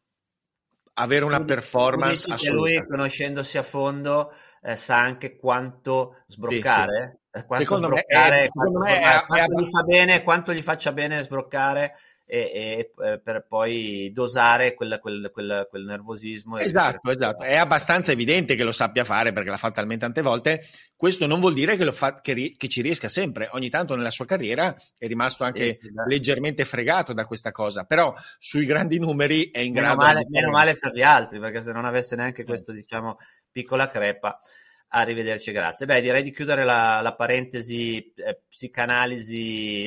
avere una performance assoluta. Lui, conoscendosi a fondo, eh, sa anche quanto sbroccare, sì, sì. Quanto secondo sbroccare, me, è, quanto, secondo me è, quanto è, gli fa bene, quanto gli faccia bene sbroccare, e, e per poi dosare quel, quel, quel, quel nervosismo. Esatto, esatto. È abbastanza evidente che lo sappia fare, perché l'ha fatto talmente tante volte. Questo non vuol dire che, lo fa, che, che ci riesca sempre. Ogni tanto nella sua carriera è rimasto anche sì, sì, leggermente fregato da questa cosa, però sui grandi numeri è in meno grado male, di... Meno male per gli altri, perché se non avesse neanche questo, diciamo, piccola crepa. Arrivederci, grazie. Beh, direi di chiudere la, la parentesi eh, psicanalisi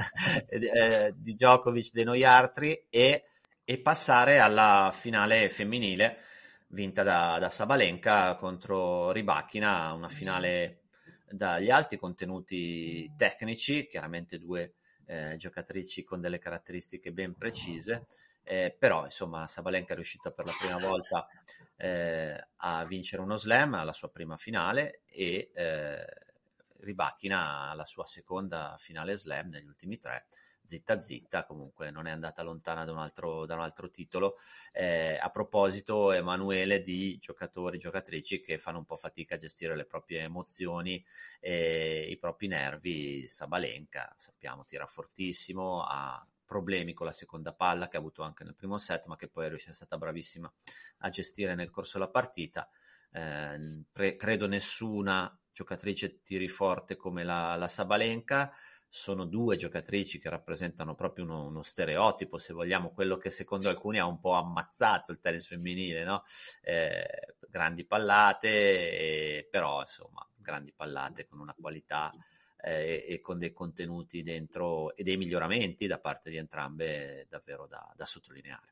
eh, di Djokovic dei noi altri e, e passare alla finale femminile vinta da, da Sabalenka contro Rybakina, una finale dagli alti contenuti tecnici, chiaramente due eh, giocatrici con delle caratteristiche ben precise, eh, però insomma Sabalenka è riuscita per la prima volta Eh, a vincere uno slam alla sua prima finale, e eh, Rybakina alla sua seconda finale slam negli ultimi tre, zitta zitta, comunque non è andata lontana da un altro, da un altro titolo. Eh, a proposito, Emanuele, di giocatori, giocatrici che fanno un po' fatica a gestire le proprie emozioni e i propri nervi, Sabalenka, sappiamo, tira fortissimo, ha problemi con la seconda palla che ha avuto anche nel primo set, ma che poi è stata bravissima a gestire nel corso della partita. Eh, pre- credo nessuna giocatrice tiri forte come la, la Sabalenka. Sono due giocatrici che rappresentano proprio uno, uno stereotipo, se vogliamo, quello che secondo alcuni ha un po' ammazzato il tennis femminile, no? Eh, grandi pallate, e, però insomma grandi pallate con una qualità Eh, e con dei contenuti dentro e dei miglioramenti da parte di entrambe davvero da, da sottolineare.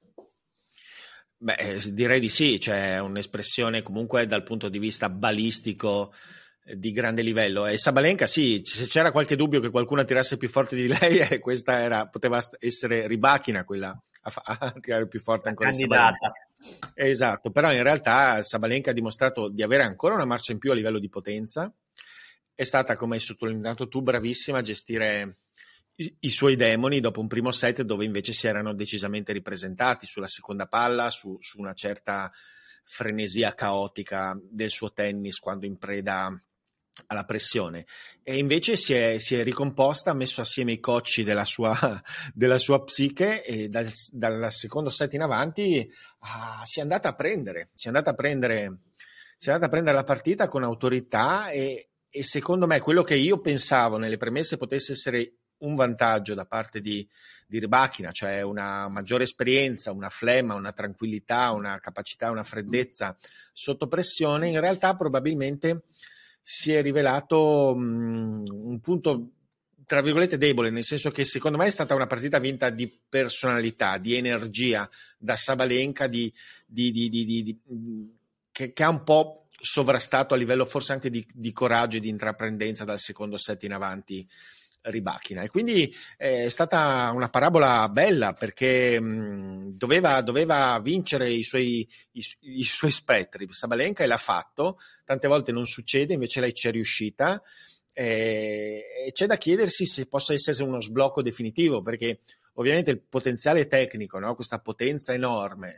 Beh, direi di sì, cioè un'espressione comunque dal punto di vista balistico di grande livello. E Sabalenka, sì, se c'era qualche dubbio che qualcuno tirasse più forte di lei, eh, questa era, poteva essere Rybakina quella a, fa- a tirare più forte ancora. Candidata. Esatto, però in realtà Sabalenka ha dimostrato di avere ancora una marcia in più a livello di potenza. È stata, come hai sottolineato tu, bravissima a gestire i, i suoi demoni dopo un primo set dove invece si erano decisamente ripresentati sulla seconda palla, su, su una certa frenesia caotica del suo tennis quando in preda alla pressione, e invece si è, si è ricomposta, ha messo assieme i cocci della sua, della sua psiche, e dal, dal secondo set in avanti ah, si è andata a prendere si è andata a prendere si è andata a prendere la partita con autorità, e E secondo me quello che io pensavo nelle premesse potesse essere un vantaggio da parte di, di Rybakina, cioè una maggiore esperienza, una flemma, una tranquillità, una capacità, una freddezza sotto pressione, in realtà probabilmente si è rivelato mh, un punto tra virgolette debole, nel senso che secondo me è stata una partita vinta di personalità, di energia da Sabalenka, di, di, di, di, di, di, che, che ha un po' sovrastato a livello forse anche di, di coraggio e di intraprendenza dal secondo set in avanti Rybakina, e quindi è stata una parabola bella, perché mh, doveva, doveva vincere i suoi, i, i suoi spettri Sabalenka, e l'ha fatto. Tante volte non succede, invece lei ci è riuscita, e, e c'è da chiedersi se possa essere uno sblocco definitivo, perché ovviamente il potenziale tecnico, no? Questa potenza enorme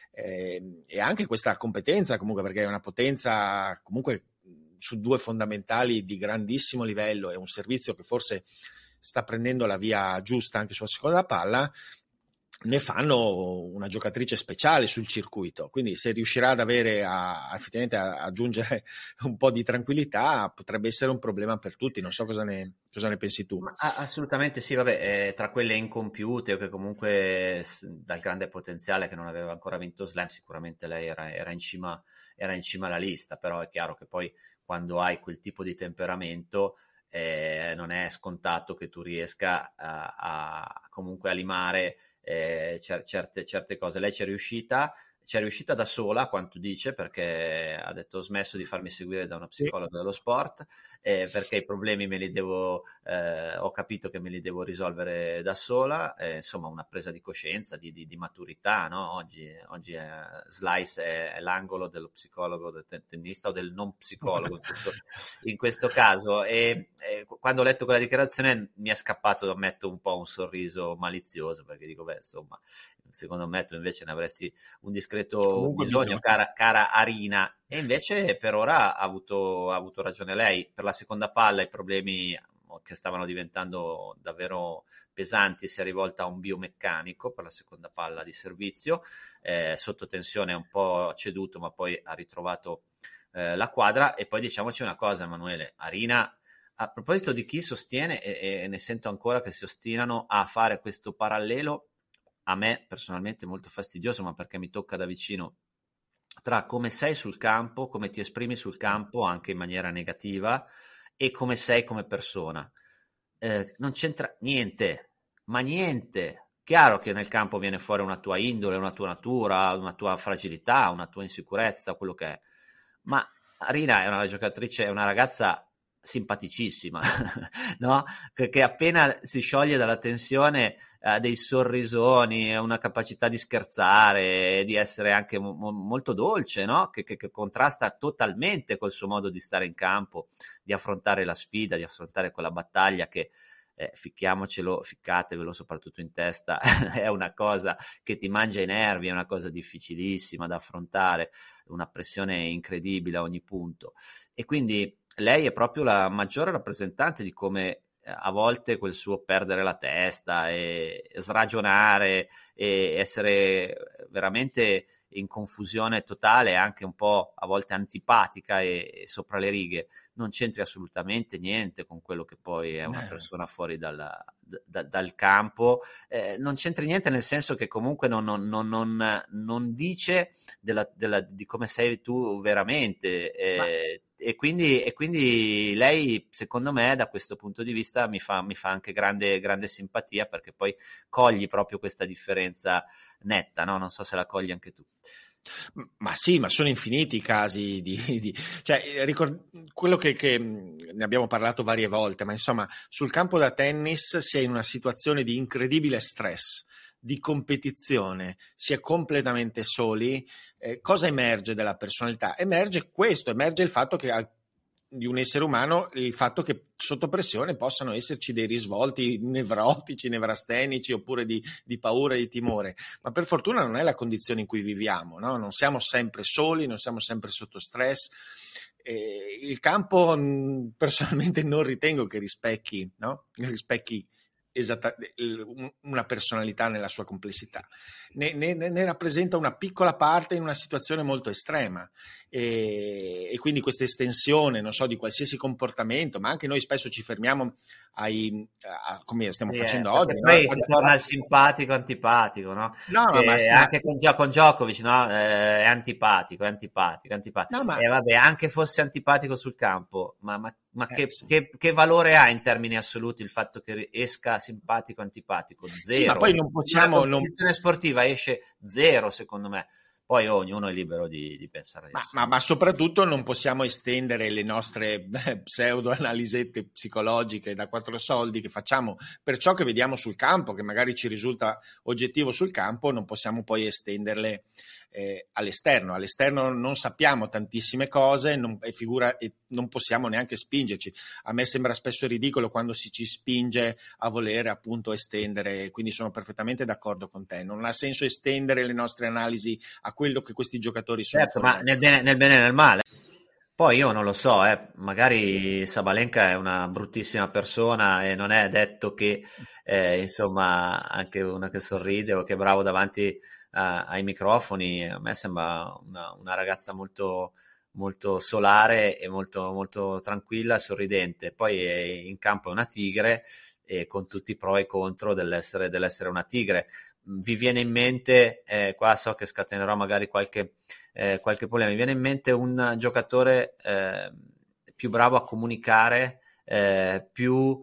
eh, e anche questa competenza comunque, perché è una potenza comunque su due fondamentali di grandissimo livello, è un servizio che forse sta prendendo la via giusta anche sulla seconda palla, ne fanno una giocatrice speciale sul circuito. Quindi se riuscirà ad avere a, a effettivamente a, a aggiungere un po' di tranquillità, potrebbe essere un problema per tutti. Non so cosa ne, cosa ne pensi tu. Ma, assolutamente sì, vabbè, eh, tra quelle incompiute o che comunque dal grande potenziale, che non aveva ancora vinto Slam, sicuramente lei era, era, in cima, era in cima alla lista, però è chiaro che poi quando hai quel tipo di temperamento eh, non è scontato che tu riesca a, a comunque a limare Eh, certe, certe cose. Lei ci è riuscita, ci è riuscita da sola, a quanto dice, perché ha detto: ho smesso di farmi seguire da una psicologa dello sport, eh, perché i problemi me li devo, eh, ho capito che me li devo risolvere da sola, eh, insomma una presa di coscienza, di, di, di maturità, no? Oggi, oggi è, Slice è, è l'angolo dello psicologo, del tennista o del non psicologo in questo, in questo caso, e, e quando ho letto quella dichiarazione mi è scappato, ammetto, un po' un sorriso malizioso, perché dico, beh, insomma, secondo me tu invece ne avresti un discreto Comunque bisogno, cara, cara Arina, e invece per ora ha avuto, ha avuto ragione lei. Per la seconda palla i problemi che stavano diventando davvero pesanti, si è rivolta a un biomeccanico per la seconda palla di servizio, eh, sotto tensione un po' ceduto, ma poi ha ritrovato eh, la quadra. E poi diciamoci una cosa, Emanuele, Arina, a proposito di chi sostiene, e, e ne sento ancora che si ostinano a fare questo parallelo, a me personalmente molto fastidioso, ma perché mi tocca da vicino, tra come sei sul campo, come ti esprimi sul campo anche in maniera negativa, e come sei come persona. Eh, non c'entra niente, ma niente. Chiaro che nel campo viene fuori una tua indole, una tua natura, una tua fragilità, una tua insicurezza, quello che è. Ma Arina è una giocatrice, è una ragazza simpaticissima, no? Che appena si scioglie dalla tensione ha eh, dei sorrisoni, una capacità di scherzare, di essere anche mo- molto dolce, no? Che, che, che contrasta totalmente col suo modo di stare in campo, di affrontare la sfida, di affrontare quella battaglia che, eh, ficchiamocelo, ficcatevelo soprattutto in testa, è una cosa che ti mangia i nervi, è una cosa difficilissima da affrontare, una pressione incredibile a ogni punto. E quindi lei è proprio la maggiore rappresentante di come a volte quel suo perdere la testa e sragionare e essere veramente in confusione totale, anche un po' a volte antipatica e, e sopra le righe, non c'entri assolutamente niente con quello che poi è una persona fuori dalla, da, dal campo, eh, non c'entri niente nel senso che comunque non, non, non, non, non dice della, della, di come sei tu veramente, eh, e quindi, e quindi lei secondo me da questo punto di vista mi fa, mi fa anche grande, grande simpatia, perché poi cogli proprio questa differenza netta, no? Non so se la cogli anche tu. Ma sì, ma sono infiniti i casi di, di cioè, ricord- quello che, che ne abbiamo parlato varie volte, ma insomma sul campo da tennis si è in una situazione di incredibile stress, di competizione, si è completamente soli. Eh, cosa emerge dalla personalità? Emerge questo, emerge il fatto che al di un essere umano, il fatto che sotto pressione possano esserci dei risvolti nevrotici, nevrastenici, oppure di, di paura e di timore, ma per fortuna non è la condizione in cui viviamo, no? Non siamo sempre soli, non siamo sempre sotto stress. Eh, il campo mh, personalmente non ritengo che rispecchi, no? rispecchi esatta, una personalità nella sua complessità, ne, ne, ne rappresenta una piccola parte in una situazione molto estrema, e, e quindi questa estensione, non so, di qualsiasi comportamento, ma anche noi spesso ci fermiamo ai, a, come stiamo sì, facendo eh, oggi, poi no? si torna al simpatico antipatico, no? No, che ma, ma anche con, con Djokovic, no? Eh, è antipatico, è antipatico, è antipatico. No, ma... E vabbè, anche fosse antipatico sul campo, ma, ma, ma eh, che, sì. che, che valore ha in termini assoluti il fatto che esca simpatico antipatico? Zero. Sì, ma poi non possiamo... In una competizione non... sportiva esce zero, secondo me. Poi ognuno è libero di, di pensare. Ma, ma, ma soprattutto non possiamo estendere le nostre pseudo-analisette psicologiche da quattro soldi che facciamo per ciò che vediamo sul campo, che magari ci risulta oggettivo sul campo, non possiamo poi estenderle eh, all'esterno. All'esterno non sappiamo tantissime cose non, e, figura, e non possiamo neanche spingerci. A me sembra spesso ridicolo quando si ci spinge a volere appunto estendere, quindi sono perfettamente d'accordo con te. Non ha senso estendere le nostre analisi a quello che questi giocatori sono. Certo, ma nel bene, nel bene e nel male. Poi io non lo so, eh, magari Sabalenka è una bruttissima persona e non è detto che, eh, insomma, anche una che sorride o che è bravo davanti a, ai microfoni. A me sembra una, una ragazza molto, molto solare e molto, molto tranquilla, sorridente. Poi è, in campo è una tigre, e con tutti i pro e i contro dell'essere, dell'essere una tigre. Vi viene in mente, eh, qua so che scatenerò magari qualche... Eh, qualche problema, mi viene in mente un giocatore eh, più bravo a comunicare, eh, più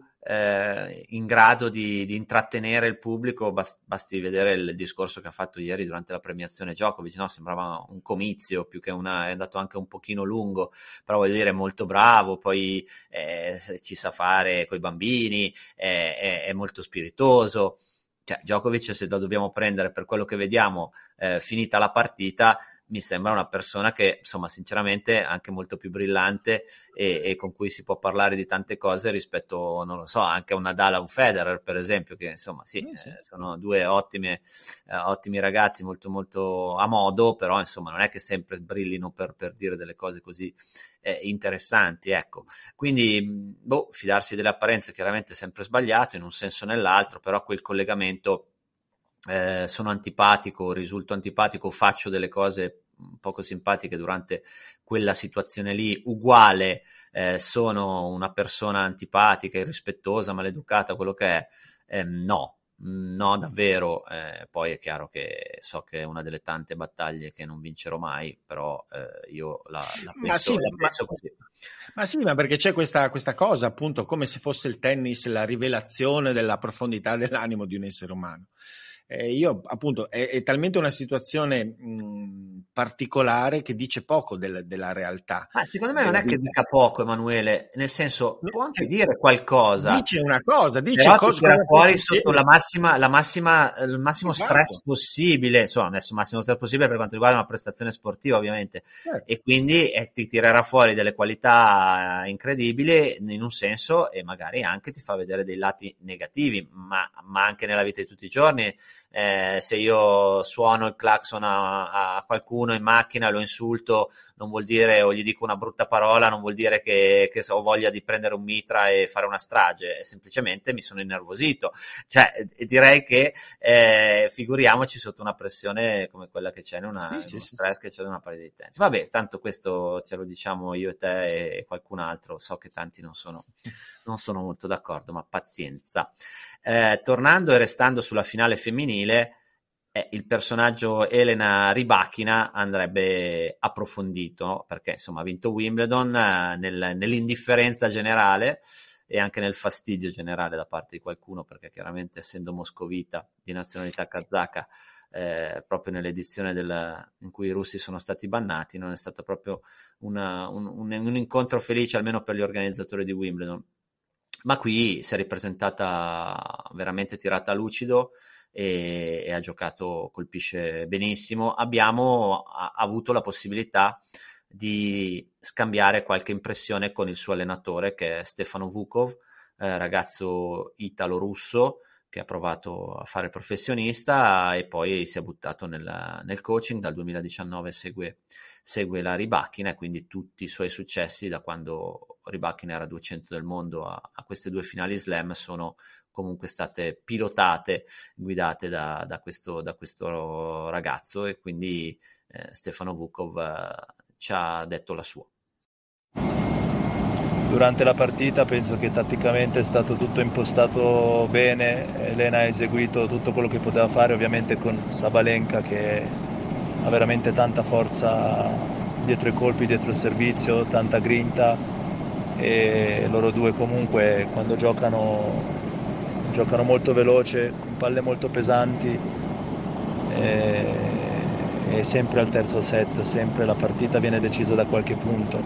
eh, in grado di, di intrattenere il pubblico. Bast- basti vedere il discorso che ha fatto ieri durante la premiazione Djokovic, no? Sembrava un comizio più che una, è andato anche un pochino lungo, però voglio dire è molto bravo, poi eh, ci sa fare coi bambini, è, è, è molto spiritoso. Cioè, Djokovic, se lo dobbiamo prendere per quello che vediamo eh, finita la partita, mi sembra una persona che, insomma, sinceramente è anche molto più brillante e, e con cui si può parlare di tante cose rispetto, non lo so, anche a un Nadal, a un Federer, per esempio, che insomma sì, Mm, sì. eh, sono due ottime, eh, ottimi ragazzi, molto molto a modo, però insomma non è che sempre brillino per, per dire delle cose così eh, interessanti, ecco. Quindi, boh, fidarsi delle apparenze chiaramente è sempre sbagliato in un senso o nell'altro, però quel collegamento Eh, sono antipatico, risulto antipatico, faccio delle cose poco simpatiche durante quella situazione lì, uguale, eh, sono una persona antipatica, irrispettosa, maleducata, quello che è, eh, no, no davvero, eh, poi è chiaro che so che è una delle tante battaglie che non vincerò mai, però eh, io la, la penso, Ma sì, la ma, penso così. ma sì, ma perché c'è questa, questa cosa, appunto, come se fosse il tennis la rivelazione della profondità dell'animo di un essere umano. Eh, io appunto è, è talmente una situazione mh, particolare che dice poco del, della realtà. Ma secondo me non è che dica poco, Emanuele, nel senso può anche dire qualcosa. Dice una cosa, dice però cosa, ti tira cosa fuori succede. sotto la massima, la massima, il massimo Esatto. stress possibile, insomma, adesso il massimo stress possibile per quanto riguarda una prestazione sportiva, ovviamente, Certo. e quindi eh, ti tirerà fuori delle qualità incredibili in un senso e magari anche ti fa vedere dei lati negativi, ma, ma anche nella vita di tutti i giorni. Eh, se io suono il clacson a, a qualcuno in macchina e lo insulto, non vuol dire, o gli dico una brutta parola, non vuol dire che, che ho voglia di prendere un mitra e fare una strage, semplicemente mi sono innervosito. Cioè, direi che eh, figuriamoci sotto una pressione come quella che c'è in, una, Sì, in sì, uno sì, stress che c'è in una partita di tennis. Vabbè, tanto questo ce lo diciamo io e te e qualcun altro, so che tanti non sono, non sono molto d'accordo, ma pazienza. Eh, tornando e restando sulla finale femminile, eh, il personaggio Elena Rybakina andrebbe approfondito, no? Perché insomma ha vinto Wimbledon eh, nel, nell'indifferenza generale e anche nel fastidio generale da parte di qualcuno, perché chiaramente essendo moscovita di nazionalità kazaka, eh, proprio nell'edizione del, in cui i russi sono stati bannati, non è stato proprio una, un, un, un incontro felice almeno per gli organizzatori di Wimbledon. Ma qui si è ripresentata veramente tirata a lucido e, e ha giocato, colpisce benissimo. Abbiamo ha, avuto la possibilità di scambiare qualche impressione con il suo allenatore, che è Stefano Vukov, eh, ragazzo italo-russo che ha provato a fare professionista e poi si è buttato nel, nel coaching. Dal duemiladiciannove segue segue la Rybakina e quindi tutti i suoi successi da quando Rybakina era duecento del mondo a, a queste due finali slam sono comunque state pilotate, guidate da, da, questo, da questo ragazzo e quindi eh, Stefano Vukov eh, ci ha detto la sua. Durante la partita penso che tatticamente è stato tutto impostato bene, Elena ha eseguito tutto quello che poteva fare, ovviamente con Sabalenka che ha veramente tanta forza dietro i colpi, dietro il servizio, tanta grinta e loro due comunque quando giocano giocano molto veloce, con palle molto pesanti e, e sempre al terzo set, sempre la partita viene decisa da qualche punto.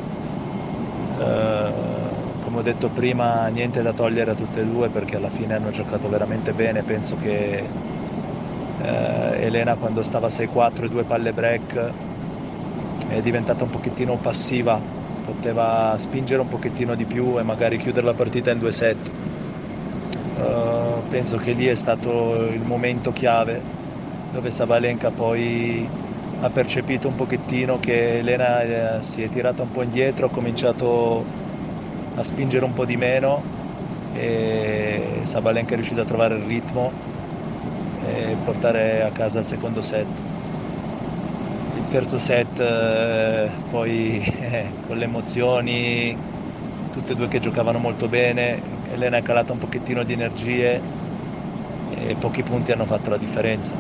Eh, come ho detto prima, niente da togliere a tutte e due perché alla fine hanno giocato veramente bene, penso che Eh, Elena quando stava sei quattro e due palle break è diventata un pochettino passiva, poteva spingere un pochettino di più e magari chiudere la partita in due set. Uh, penso che lì è stato il momento chiave dove Sabalenka poi ha percepito un pochettino che Elena eh, si è tirata un po' indietro, ha cominciato a spingere un po' di meno e Sabalenka è riuscita a trovare il ritmo e portare a casa il secondo set. Il terzo set eh, poi eh, con le emozioni, tutte e due che giocavano molto bene, Elena è calata un pochettino di energie e pochi punti hanno fatto la differenza.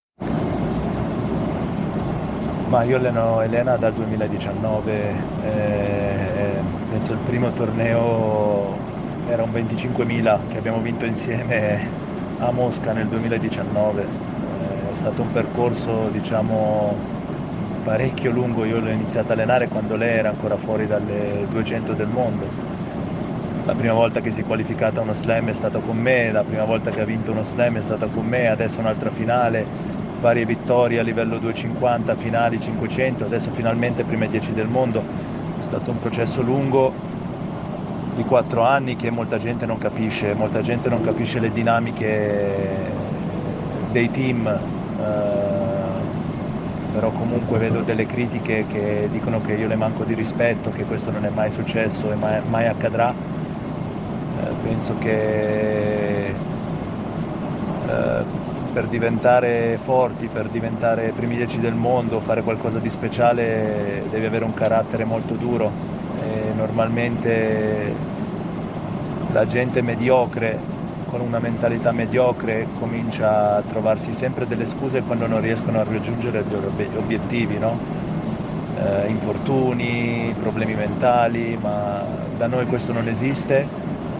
Ma io alleno Elena dal duemiladiciannove, eh, penso il primo torneo era un venticinquemila che abbiamo vinto insieme a Mosca nel duemiladiciannove. Eh, è stato un percorso, diciamo, parecchio lungo. Io l'ho iniziato a allenare quando lei era ancora fuori dalle duecento del mondo. La prima volta che si è qualificata a uno slam è stata con me, la prima volta che ha vinto uno slam è stata con me, adesso un'altra finale, varie vittorie a livello duecentocinquanta, finali cinquecento, adesso finalmente prime dieci del mondo. È stato un processo lungo di quattro anni che molta gente non capisce, molta gente non capisce le dinamiche dei team, eh, però comunque vedo delle critiche che dicono che io le manco di rispetto, che questo non è mai successo e mai, mai accadrà. Penso che eh, per diventare forti, per diventare primi dieci del mondo, fare qualcosa di speciale, devi avere un carattere molto duro e normalmente la gente mediocre, con una mentalità mediocre, comincia a trovarsi sempre delle scuse quando non riescono a raggiungere i loro obiettivi, no? Eh, infortuni, problemi mentali, ma da noi questo non esiste.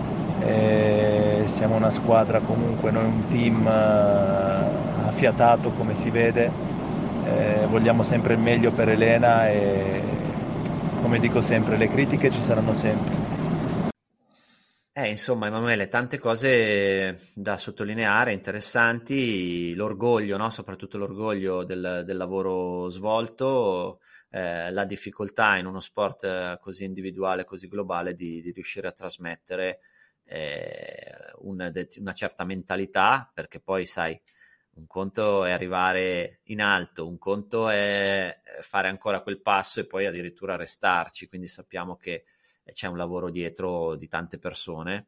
E siamo una squadra comunque, noi un team uh, affiatato come si vede, eh, vogliamo sempre il meglio per Elena e come dico sempre le critiche ci saranno sempre. Eh, insomma, Emanuele, tante cose da sottolineare, interessanti, l'orgoglio, no? Soprattutto l'orgoglio del, del lavoro svolto, eh, la difficoltà in uno sport così individuale, così globale di, di riuscire a trasmettere Eh, una, una certa mentalità, perché poi sai, un conto è arrivare in alto, un conto è fare ancora quel passo e poi addirittura restarci, quindi sappiamo che c'è un lavoro dietro di tante persone,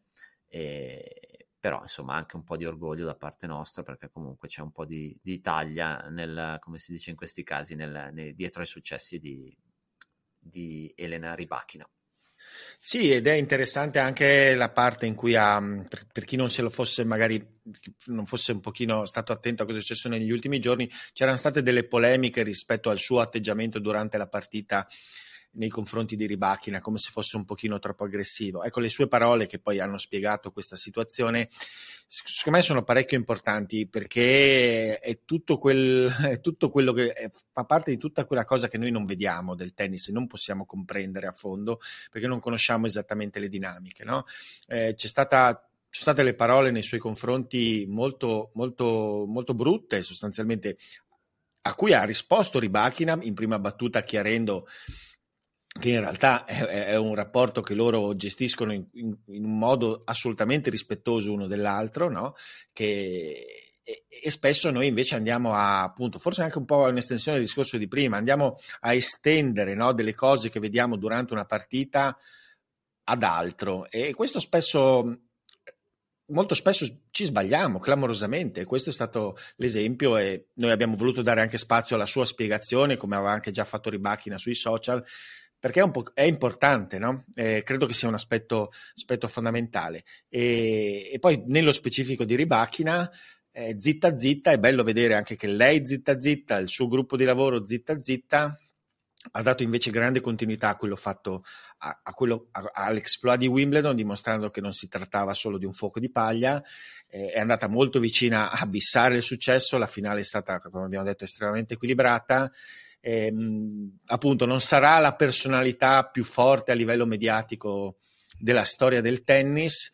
e, però insomma anche un po' di orgoglio da parte nostra, perché comunque c'è un po' di, di Italia nel, come si dice in questi casi, nel, nel, dietro ai successi di, di Elena Rybakina. Sì, ed è interessante anche la parte in cui ha, per, per chi non se lo fosse magari, non fosse un pochino stato attento a cosa è successo negli ultimi giorni, c'erano state delle polemiche rispetto al suo atteggiamento durante la partita nei confronti di Rybakina, come se fosse un pochino troppo aggressivo. Ecco, le sue parole che poi hanno spiegato questa situazione, secondo me sono parecchio importanti, perché è tutto, quel, è tutto quello che è, fa parte di tutta quella cosa che noi non vediamo del tennis e non possiamo comprendere a fondo, perché non conosciamo esattamente le dinamiche, no? Eh, c'è stata Ci sono state le parole nei suoi confronti molto, molto, molto brutte, sostanzialmente, a cui ha risposto Rybakina in prima battuta chiarendo che in realtà è, è un rapporto che loro gestiscono in, in, in un modo assolutamente rispettoso uno dell'altro, no? Che, e, e spesso noi invece andiamo a, appunto, forse anche un po' un'estensione del discorso di prima, andiamo a estendere, no, delle cose che vediamo durante una partita ad altro, e questo spesso, molto spesso ci sbagliamo clamorosamente. Questo è stato l'esempio e noi abbiamo voluto dare anche spazio alla sua spiegazione, come aveva anche già fatto Rybakina sui social, perché è, un po', è importante, no? Eh, credo che sia un aspetto, aspetto fondamentale. E, e poi nello specifico di Rybakina, eh, zitta zitta, è bello vedere anche che lei zitta zitta, il suo gruppo di lavoro zitta zitta, ha dato invece grande continuità a quello fatto a, a quello, a, all'exploit di Wimbledon, dimostrando che non si trattava solo di un fuoco di paglia. Eh, è andata molto vicina a bissare il successo, la finale è stata, come abbiamo detto, estremamente equilibrata. Eh, appunto non sarà la personalità più forte a livello mediatico della storia del tennis,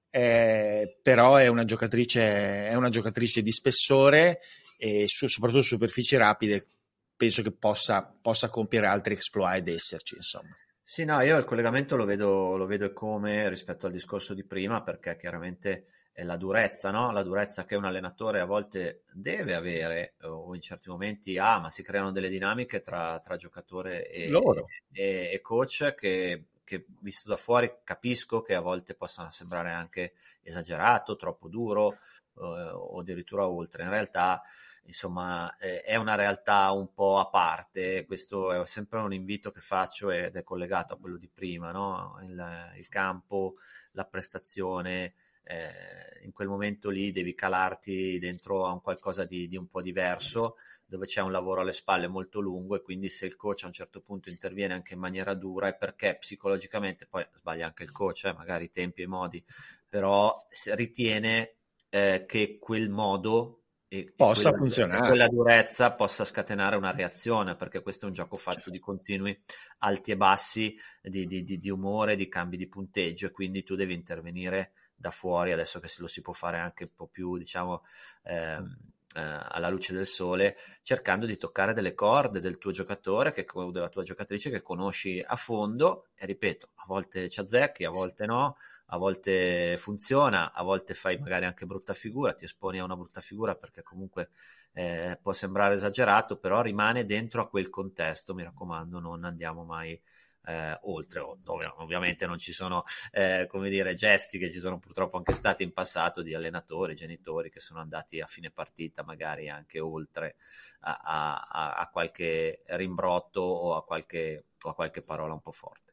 eh, però è una giocatrice, è una giocatrice di spessore e su, soprattutto su superfici rapide penso che possa, possa compiere altri exploit ed esserci, insomma. Sì, no, io il collegamento lo vedo, lo vedo come rispetto al discorso di prima, perché chiaramente è la durezza, no? La durezza che un allenatore a volte deve avere, o in certi momenti ha, ma si creano delle dinamiche tra, tra giocatore e, e, e coach che, che visto da fuori capisco che a volte possano sembrare anche esagerato, troppo duro eh, o addirittura oltre. In realtà, insomma, eh, è una realtà un po' a parte. Questo è sempre un invito che faccio ed è collegato a quello di prima, no? Il, il campo, la prestazione, eh, in quel momento lì devi calarti dentro a un qualcosa di, di un po' diverso, dove c'è un lavoro alle spalle molto lungo, e quindi se il coach a un certo punto interviene anche in maniera dura è perché psicologicamente, poi sbaglia anche il coach, eh, magari i tempi e i modi, però ritiene eh, che quel modo e possa quella, funzionare, quella durezza possa scatenare una reazione, perché questo è un gioco fatto certo. di continui alti e bassi di, di, di, di umore, di cambi di punteggio, e quindi tu devi intervenire da fuori, adesso che se lo si può fare anche un po' più, diciamo, eh, eh, alla luce del sole, cercando di toccare delle corde del tuo giocatore, che, della tua giocatrice che conosci a fondo, e ripeto, a volte ci azzecchi, a volte no, a volte funziona, a volte fai magari anche brutta figura, ti esponi a una brutta figura perché comunque eh, può sembrare esagerato, però rimane dentro a quel contesto, mi raccomando, non andiamo mai eh, oltre, dove ovviamente non ci sono eh, come dire gesti che ci sono purtroppo anche stati in passato di allenatori, genitori che sono andati a fine partita magari anche oltre a, a, a qualche rimbrotto o a qualche, o a qualche parola un po' forte.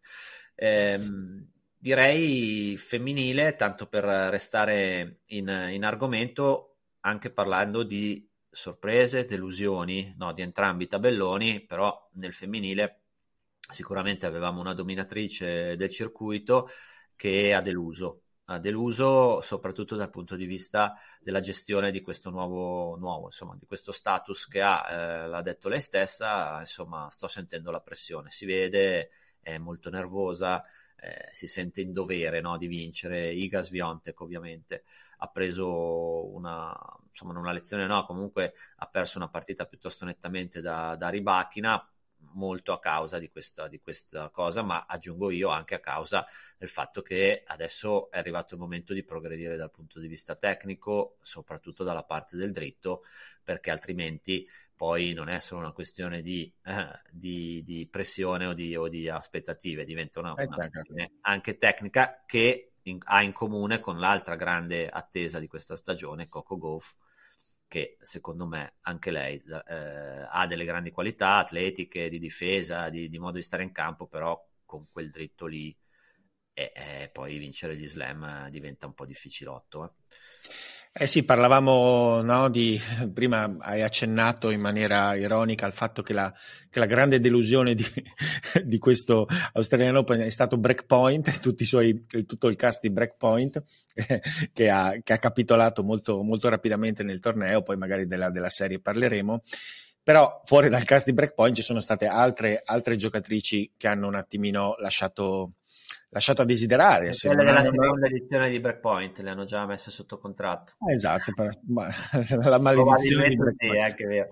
Ehm, Direi femminile, tanto per restare in, in argomento, anche parlando di sorprese, delusioni, no, di entrambi i tabelloni, però nel femminile sicuramente avevamo una dominatrice del circuito che ha deluso, ha deluso soprattutto dal punto di vista della gestione di questo nuovo, nuovo insomma, di questo status che ha, eh, l'ha detto lei stessa, insomma, sto sentendo la pressione, si vede, è molto nervosa. Eh, si sente in dovere, no, di vincere. Iga Swiatek ovviamente ha preso una, insomma, una lezione, no, comunque ha perso una partita piuttosto nettamente da, da Rybakina, molto a causa di questa, di questa cosa, ma aggiungo io anche a causa del fatto che adesso è arrivato il momento di progredire dal punto di vista tecnico, soprattutto dalla parte del dritto, perché altrimenti poi non è solo una questione di, eh, di, di pressione o di, o di aspettative, diventa una, una questione anche tecnica che in, ha in comune con l'altra grande attesa di questa stagione, Coco Gauff, che secondo me anche lei eh, ha delle grandi qualità atletiche, di difesa, di, di modo di stare in campo, però con quel dritto lì e, e poi vincere gli slam diventa un po' difficilotto. Eh. Eh sì, parlavamo, no, di, prima hai accennato in maniera ironica al fatto che la, che la grande delusione di, di questo Australian Open è stato Breakpoint, tutti i suoi, tutto il cast di Breakpoint, eh, che, ha, che ha capitolato molto, molto rapidamente nel torneo, poi magari della, della serie parleremo. Però fuori dal cast di Breakpoint ci sono state altre, altre giocatrici che hanno un attimino lasciato... lasciato a desiderare. Se quelle della seconda edizione di Breakpoint le hanno già messe sotto contratto. Ah, esatto, per, ma, la maledizione di Breakpoint. Sì, anche vero.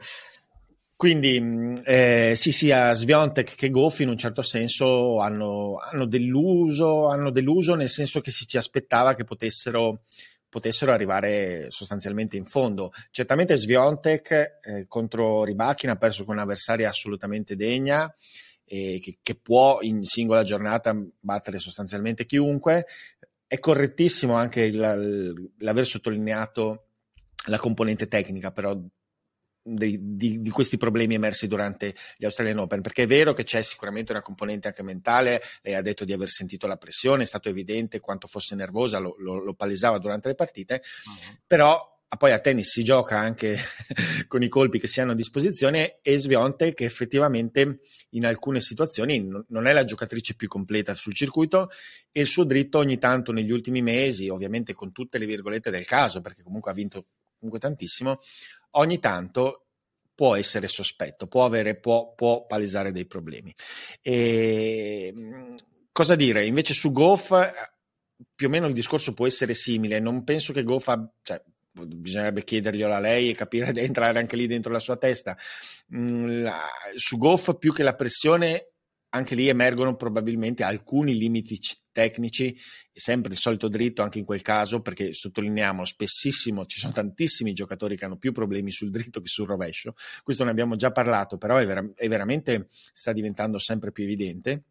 Quindi eh, sì, sia Swiatek che Gauff in un certo senso hanno, hanno deluso, hanno deluso nel senso che si ci aspettava che potessero, potessero arrivare sostanzialmente in fondo. Certamente Swiatek eh, contro Rybakina ha perso con un'avversaria assolutamente degna, e che, che può in singola giornata battere sostanzialmente chiunque. È correttissimo anche il, l'aver sottolineato la componente tecnica però di, di, di questi problemi emersi durante gli Australian Open, perché è vero che c'è sicuramente una componente anche mentale. Lei ha detto di aver sentito la pressione, è stato evidente quanto fosse nervosa, lo, lo, lo palesava durante le partite, uh-huh. Però poi a tennis si gioca anche con i colpi che si hanno a disposizione, e Swiatek che effettivamente in alcune situazioni non è la giocatrice più completa sul circuito, e il suo dritto ogni tanto negli ultimi mesi, ovviamente con tutte le virgolette del caso, perché comunque ha vinto comunque tantissimo, ogni tanto può essere sospetto, può avere, può, può palesare dei problemi. E cosa dire invece su Gauff? più o meno il discorso può essere simile. Non penso che Goff abbia, cioè, bisognerebbe chiederglielo a lei e capire, entrare anche lì dentro la sua testa. Mm, la, su Goff, più che la pressione, anche lì emergono probabilmente alcuni limiti tecnici, sempre il solito dritto anche in quel caso, perché sottolineiamo spessissimo, ci sono tantissimi giocatori che hanno più problemi sul dritto che sul rovescio, questo ne abbiamo già parlato, però è, vera- è veramente, sta diventando sempre più evidente.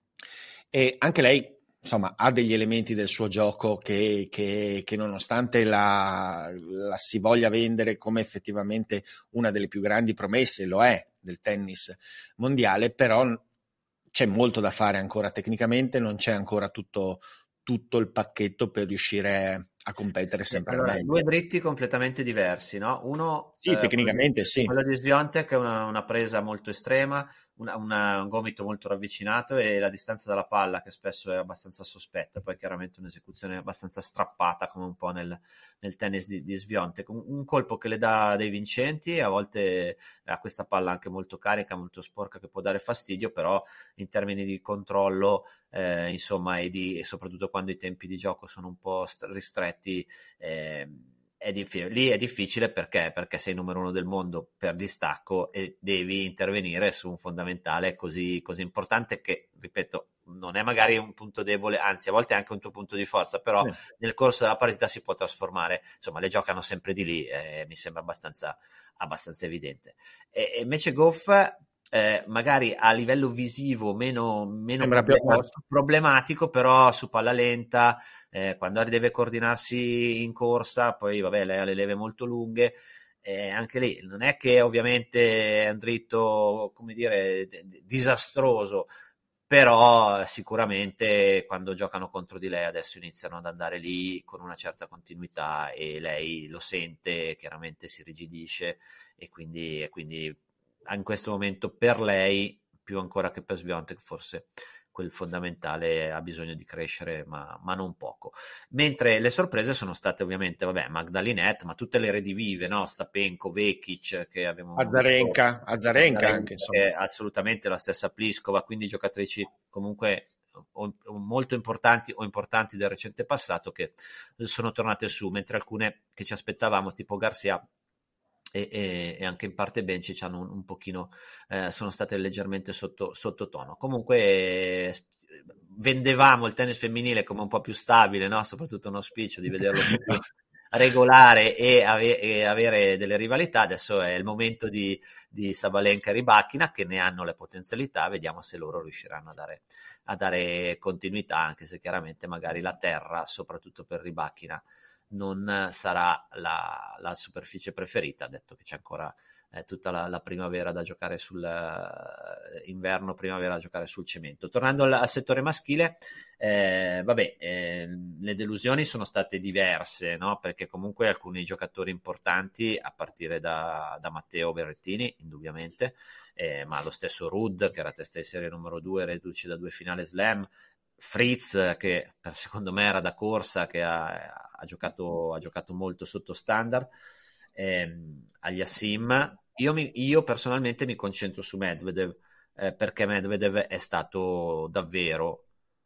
E anche lei, insomma, ha degli elementi del suo gioco che, che, che nonostante la, la si voglia vendere come effettivamente una delle più grandi promesse, lo è, del tennis mondiale, però c'è molto da fare ancora tecnicamente, non c'è ancora tutto, tutto il pacchetto per riuscire a competere sempre allora, meglio. Due dritti completamente diversi, no? Uno, sì, eh, tecnicamente quello, sì. Quello di Swiatek, che è una, una presa molto estrema, una, una, un gomito molto ravvicinato e la distanza dalla palla che spesso è abbastanza sospetta, poi chiaramente un'esecuzione abbastanza strappata come un po' nel, nel tennis di, di Swiatek, un, un colpo che le dà dei vincenti, a volte ha questa palla anche molto carica, molto sporca, che può dare fastidio, però in termini di controllo eh, insomma e, di, e soprattutto quando i tempi di gioco sono un po' ristretti, eh, È difficile. Lì è difficile perché? Perché sei numero uno del mondo per distacco e devi intervenire su un fondamentale così, così importante che, ripeto, non è magari un punto debole, anzi a volte è anche un tuo punto di forza, però sì, nel corso della partita si può trasformare. Insomma, le giocano sempre di lì, eh, mi sembra abbastanza, abbastanza evidente. E, e invece Goff, Eh, magari a livello visivo meno, meno problema- problematico, però su palla lenta, eh, quando deve coordinarsi in corsa, poi vabbè, lei ha le leve molto lunghe, eh, anche lì non è che ovviamente è un dritto, come dire, d- disastroso, però sicuramente quando giocano contro di lei adesso iniziano ad andare lì con una certa continuità e lei lo sente, chiaramente si rigidisce e quindi, e quindi in questo momento per lei più ancora che per Swiatek forse quel fondamentale ha bisogno di crescere, ma, ma non poco. Mentre le sorprese sono state ovviamente, vabbè, Magdalinet, ma tutte le redivive, no? Stapenko, Vekic, che abbiamo Azarenka, visto, Azarenka, Azarenka anche insomma. Assolutamente la stessa Pliskova, quindi giocatrici comunque o, o molto importanti o importanti del recente passato che sono tornate su, mentre alcune che ci aspettavamo tipo Garcia E, e, e anche in parte Bencic hanno un, un pochino eh, sono state leggermente sotto, sottotono. Comunque eh, vendevamo il tennis femminile come un po' più stabile, no? Soprattutto un auspicio di vederlo più regolare e, ave- e avere delle rivalità. Adesso è il momento di, di Sabalenka e Rybakina, che ne hanno le potenzialità, vediamo se loro riusciranno a dare, a dare continuità, anche se chiaramente magari la terra, soprattutto per Rybakina, non sarà la, la superficie preferita, detto che c'è ancora eh, tutta la, la primavera da giocare sul eh, inverno, primavera da giocare sul cemento. Tornando al, al settore maschile, eh, vabbè, eh, le delusioni sono state diverse, no? Perché comunque alcuni giocatori importanti, a partire da, da Matteo Berrettini, indubbiamente, eh, ma lo stesso Rudd, che era testa di serie numero due, reduce da due finali slam, Fritz, che per secondo me era da corsa, che ha, ha, giocato, ha giocato molto sotto standard, ehm, agli Assim. Io, mi, io personalmente mi concentro su Medvedev, eh, perché Medvedev è stato davvero,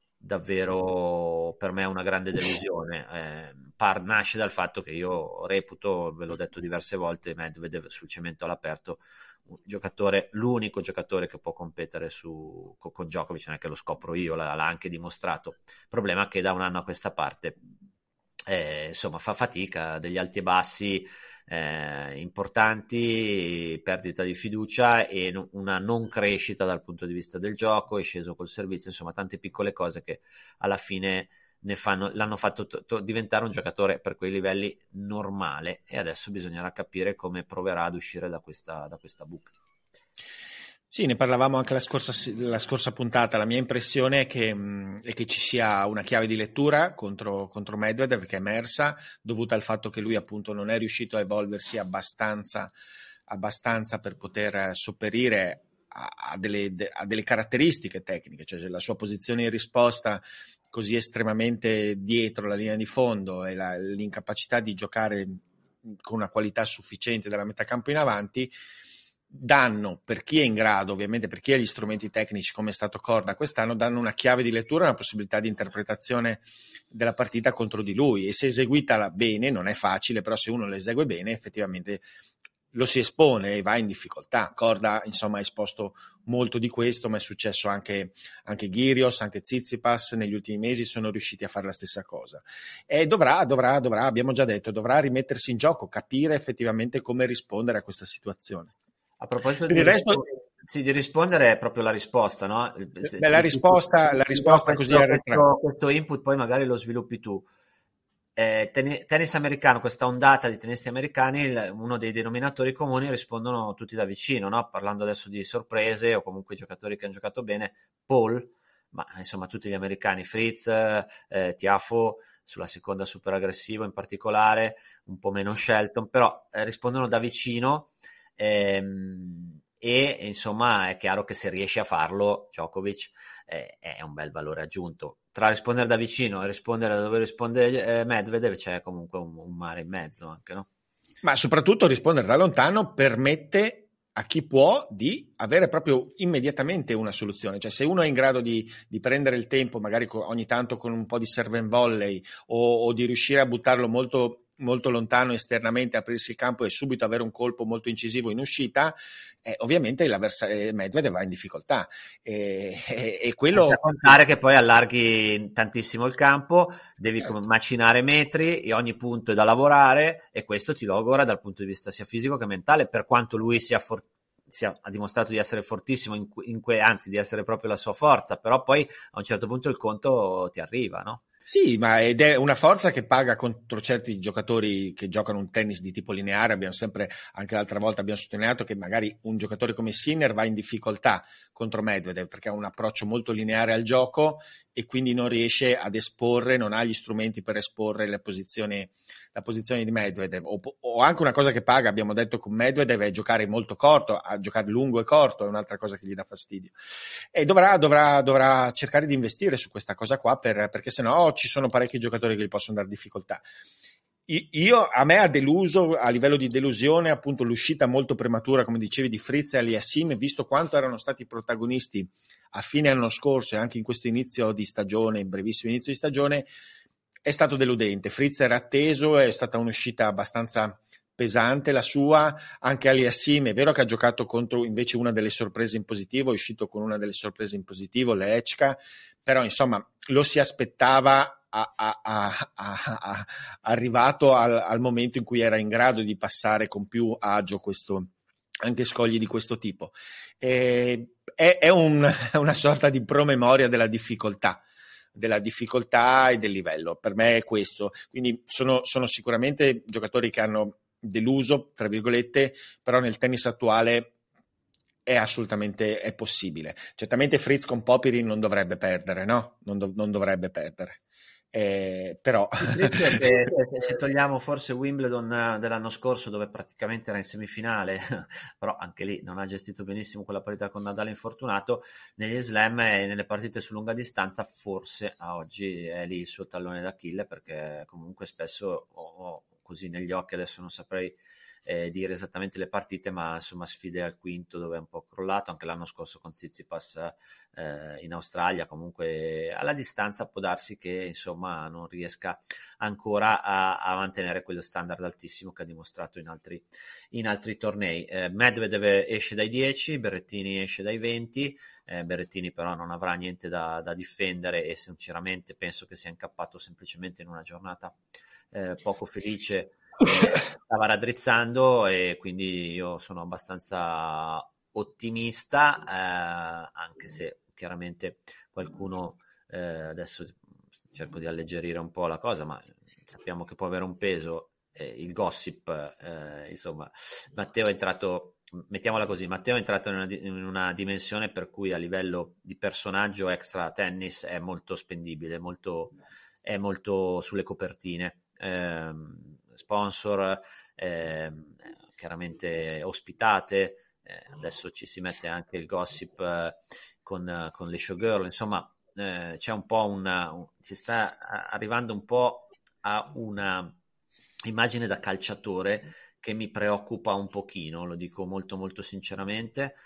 davvero per me una grande delusione. Eh, par, nasce dal fatto che io reputo, ve l'ho detto diverse volte, Medvedev sul cemento all'aperto un giocatore, l'unico giocatore che può competere su, con, con Djokovic, non è che lo scopro io, l'ha, l'ha anche dimostrato. Il problema è che da un anno a questa parte eh, insomma fa fatica, degli alti e bassi eh, importanti, perdita di fiducia e no, una non crescita dal punto di vista del gioco, è sceso col servizio, insomma tante piccole cose che alla fine ne fanno, l'hanno fatto to- to- diventare un giocatore per quei livelli normale, e adesso bisognerà capire come proverà ad uscire da questa, da questa buca. Sì, ne parlavamo anche la scorsa, la scorsa puntata. La mia impressione è che, mh, è che ci sia una chiave di lettura contro, contro Medvedev che è emersa, dovuta al fatto che lui appunto non è riuscito a evolversi abbastanza, abbastanza per poter sopperire a, a, delle, a delle caratteristiche tecniche, cioè la sua posizione in risposta così estremamente dietro la linea di fondo e la, l'incapacità di giocare con una qualità sufficiente dalla metà campo in avanti danno, per chi è in grado, ovviamente per chi ha gli strumenti tecnici come è stato Korda quest'anno, danno una chiave di lettura, una possibilità di interpretazione della partita contro di lui, e se eseguita bene, non è facile, però se uno lo esegue bene effettivamente lo si espone e va in difficoltà. Korda insomma ha esposto molto di questo, ma è successo anche, anche Kyrgios, anche Tsitsipas negli ultimi mesi sono riusciti a fare la stessa cosa, e dovrà, dovrà, dovrà, abbiamo già detto, dovrà rimettersi in gioco, capire effettivamente come rispondere a questa situazione. A proposito di, resto... rispo- sì, di rispondere è proprio la risposta, no? Beh, la risposta, la risposta no, così questo, arretrata. Questo, questo input poi magari lo sviluppi tu. Eh, ten- tennis americano, questa ondata di tennisti americani, il, uno dei denominatori comuni rispondono tutti da vicino, no? Parlando adesso di sorprese o comunque giocatori che hanno giocato bene, Paul, ma insomma tutti gli americani, Fritz, eh, Tiafoe sulla seconda super aggressivo in particolare, un po' meno Shelton, però eh, rispondono da vicino. Ehm, e insomma è chiaro che se riesce a farlo Djokovic eh, è un bel valore aggiunto. Tra rispondere da vicino e rispondere da dove risponde eh, Medvedev c'è comunque un, un mare in mezzo anche, no? Ma soprattutto rispondere da lontano permette a chi può di avere proprio immediatamente una soluzione, cioè se uno è in grado di, di prendere il tempo magari ogni tanto con un po' di serve and volley o, o di riuscire a buttarlo molto molto lontano esternamente, aprirsi il campo e subito avere un colpo molto incisivo in uscita, eh, ovviamente l'avversario Medvedev va in difficoltà e, e, e quello senza contare che poi allarghi tantissimo il campo, devi certo. macinare metri e ogni punto è da lavorare, e questo ti logora dal punto di vista sia fisico che mentale, per quanto lui sia forte, sia, ha dimostrato di essere fortissimo in, in que, anzi di essere proprio la sua forza, però poi a un certo punto il conto ti arriva, no? Sì, ma ed è una forza che paga contro certi giocatori che giocano un tennis di tipo lineare. Abbiamo sempre, anche l'altra volta abbiamo sottolineato che magari un giocatore come Sinner va in difficoltà contro Medvedev perché ha un approccio molto lineare al gioco e quindi non riesce ad esporre, non ha gli strumenti per esporre le posizioni, la posizione di Medvedev. O, o anche una cosa che paga, abbiamo detto con Medvedev, è giocare molto corto, a giocare lungo e corto è un'altra cosa che gli dà fastidio. E dovrà, dovrà, dovrà cercare di investire su questa cosa qua per, perché sennò ci sono parecchi giocatori che gli possono dare difficoltà. Io, a me ha deluso, a livello di delusione, appunto l'uscita molto prematura, come dicevi, di Fritz e Aliassim, visto quanto erano stati protagonisti a fine anno scorso e anche in questo inizio di stagione, brevissimo inizio di stagione, è stato deludente. Fritz era atteso, è stata un'uscita abbastanza pesante la sua, anche Aliassim è vero che ha giocato contro invece una delle sorprese in positivo, è uscito con una delle sorprese in positivo, Lechka, però insomma lo si aspettava a, a, a, a, arrivato al, al momento in cui era in grado di passare con più agio questo, anche scogli di questo tipo. E, è è un, una sorta di promemoria della difficoltà della difficoltà e del livello, per me è questo, quindi sono, sono sicuramente giocatori che hanno deluso, tra virgolette, però nel tennis attuale è assolutamente è possibile. Certamente Fritz con Popyrin non dovrebbe perdere, no? Non, do, non dovrebbe perdere. Eh, però se, se togliamo forse Wimbledon dell'anno scorso dove praticamente era in semifinale però anche lì non ha gestito benissimo quella partita con Nadal infortunato, negli slam e nelle partite su lunga distanza forse a oggi è lì il suo tallone d'Achille, perché comunque spesso ho, ho così negli occhi, adesso non saprei Eh, dire esattamente le partite, ma insomma sfide al quinto dove è un po' crollato, anche l'anno scorso con Tsitsipas eh, in Australia, comunque alla distanza può darsi che insomma non riesca ancora a, a mantenere quello standard altissimo che ha dimostrato in altri, in altri tornei. eh, Medvedev esce dai dieci, Berrettini esce dai venti, eh, Berrettini però non avrà niente da, da difendere e sinceramente penso che sia incappato semplicemente in una giornata eh, poco felice. Stava raddrizzando e quindi io sono abbastanza ottimista, eh, anche se chiaramente qualcuno eh, adesso cerco di alleggerire un po' la cosa, ma sappiamo che può avere un peso, eh, il gossip, eh, insomma Matteo è entrato, mettiamola così, Matteo è entrato in una, in una dimensione per cui a livello di personaggio extra tennis è molto spendibile, molto, è molto sulle copertine. Eh, sponsor, eh, chiaramente ospitate, eh, adesso ci si mette anche il gossip eh, con, con le showgirl, insomma eh, c'è un po' una, un, si sta arrivando un po' a una immagine da calciatore che mi preoccupa un pochino, lo dico molto molto sinceramente,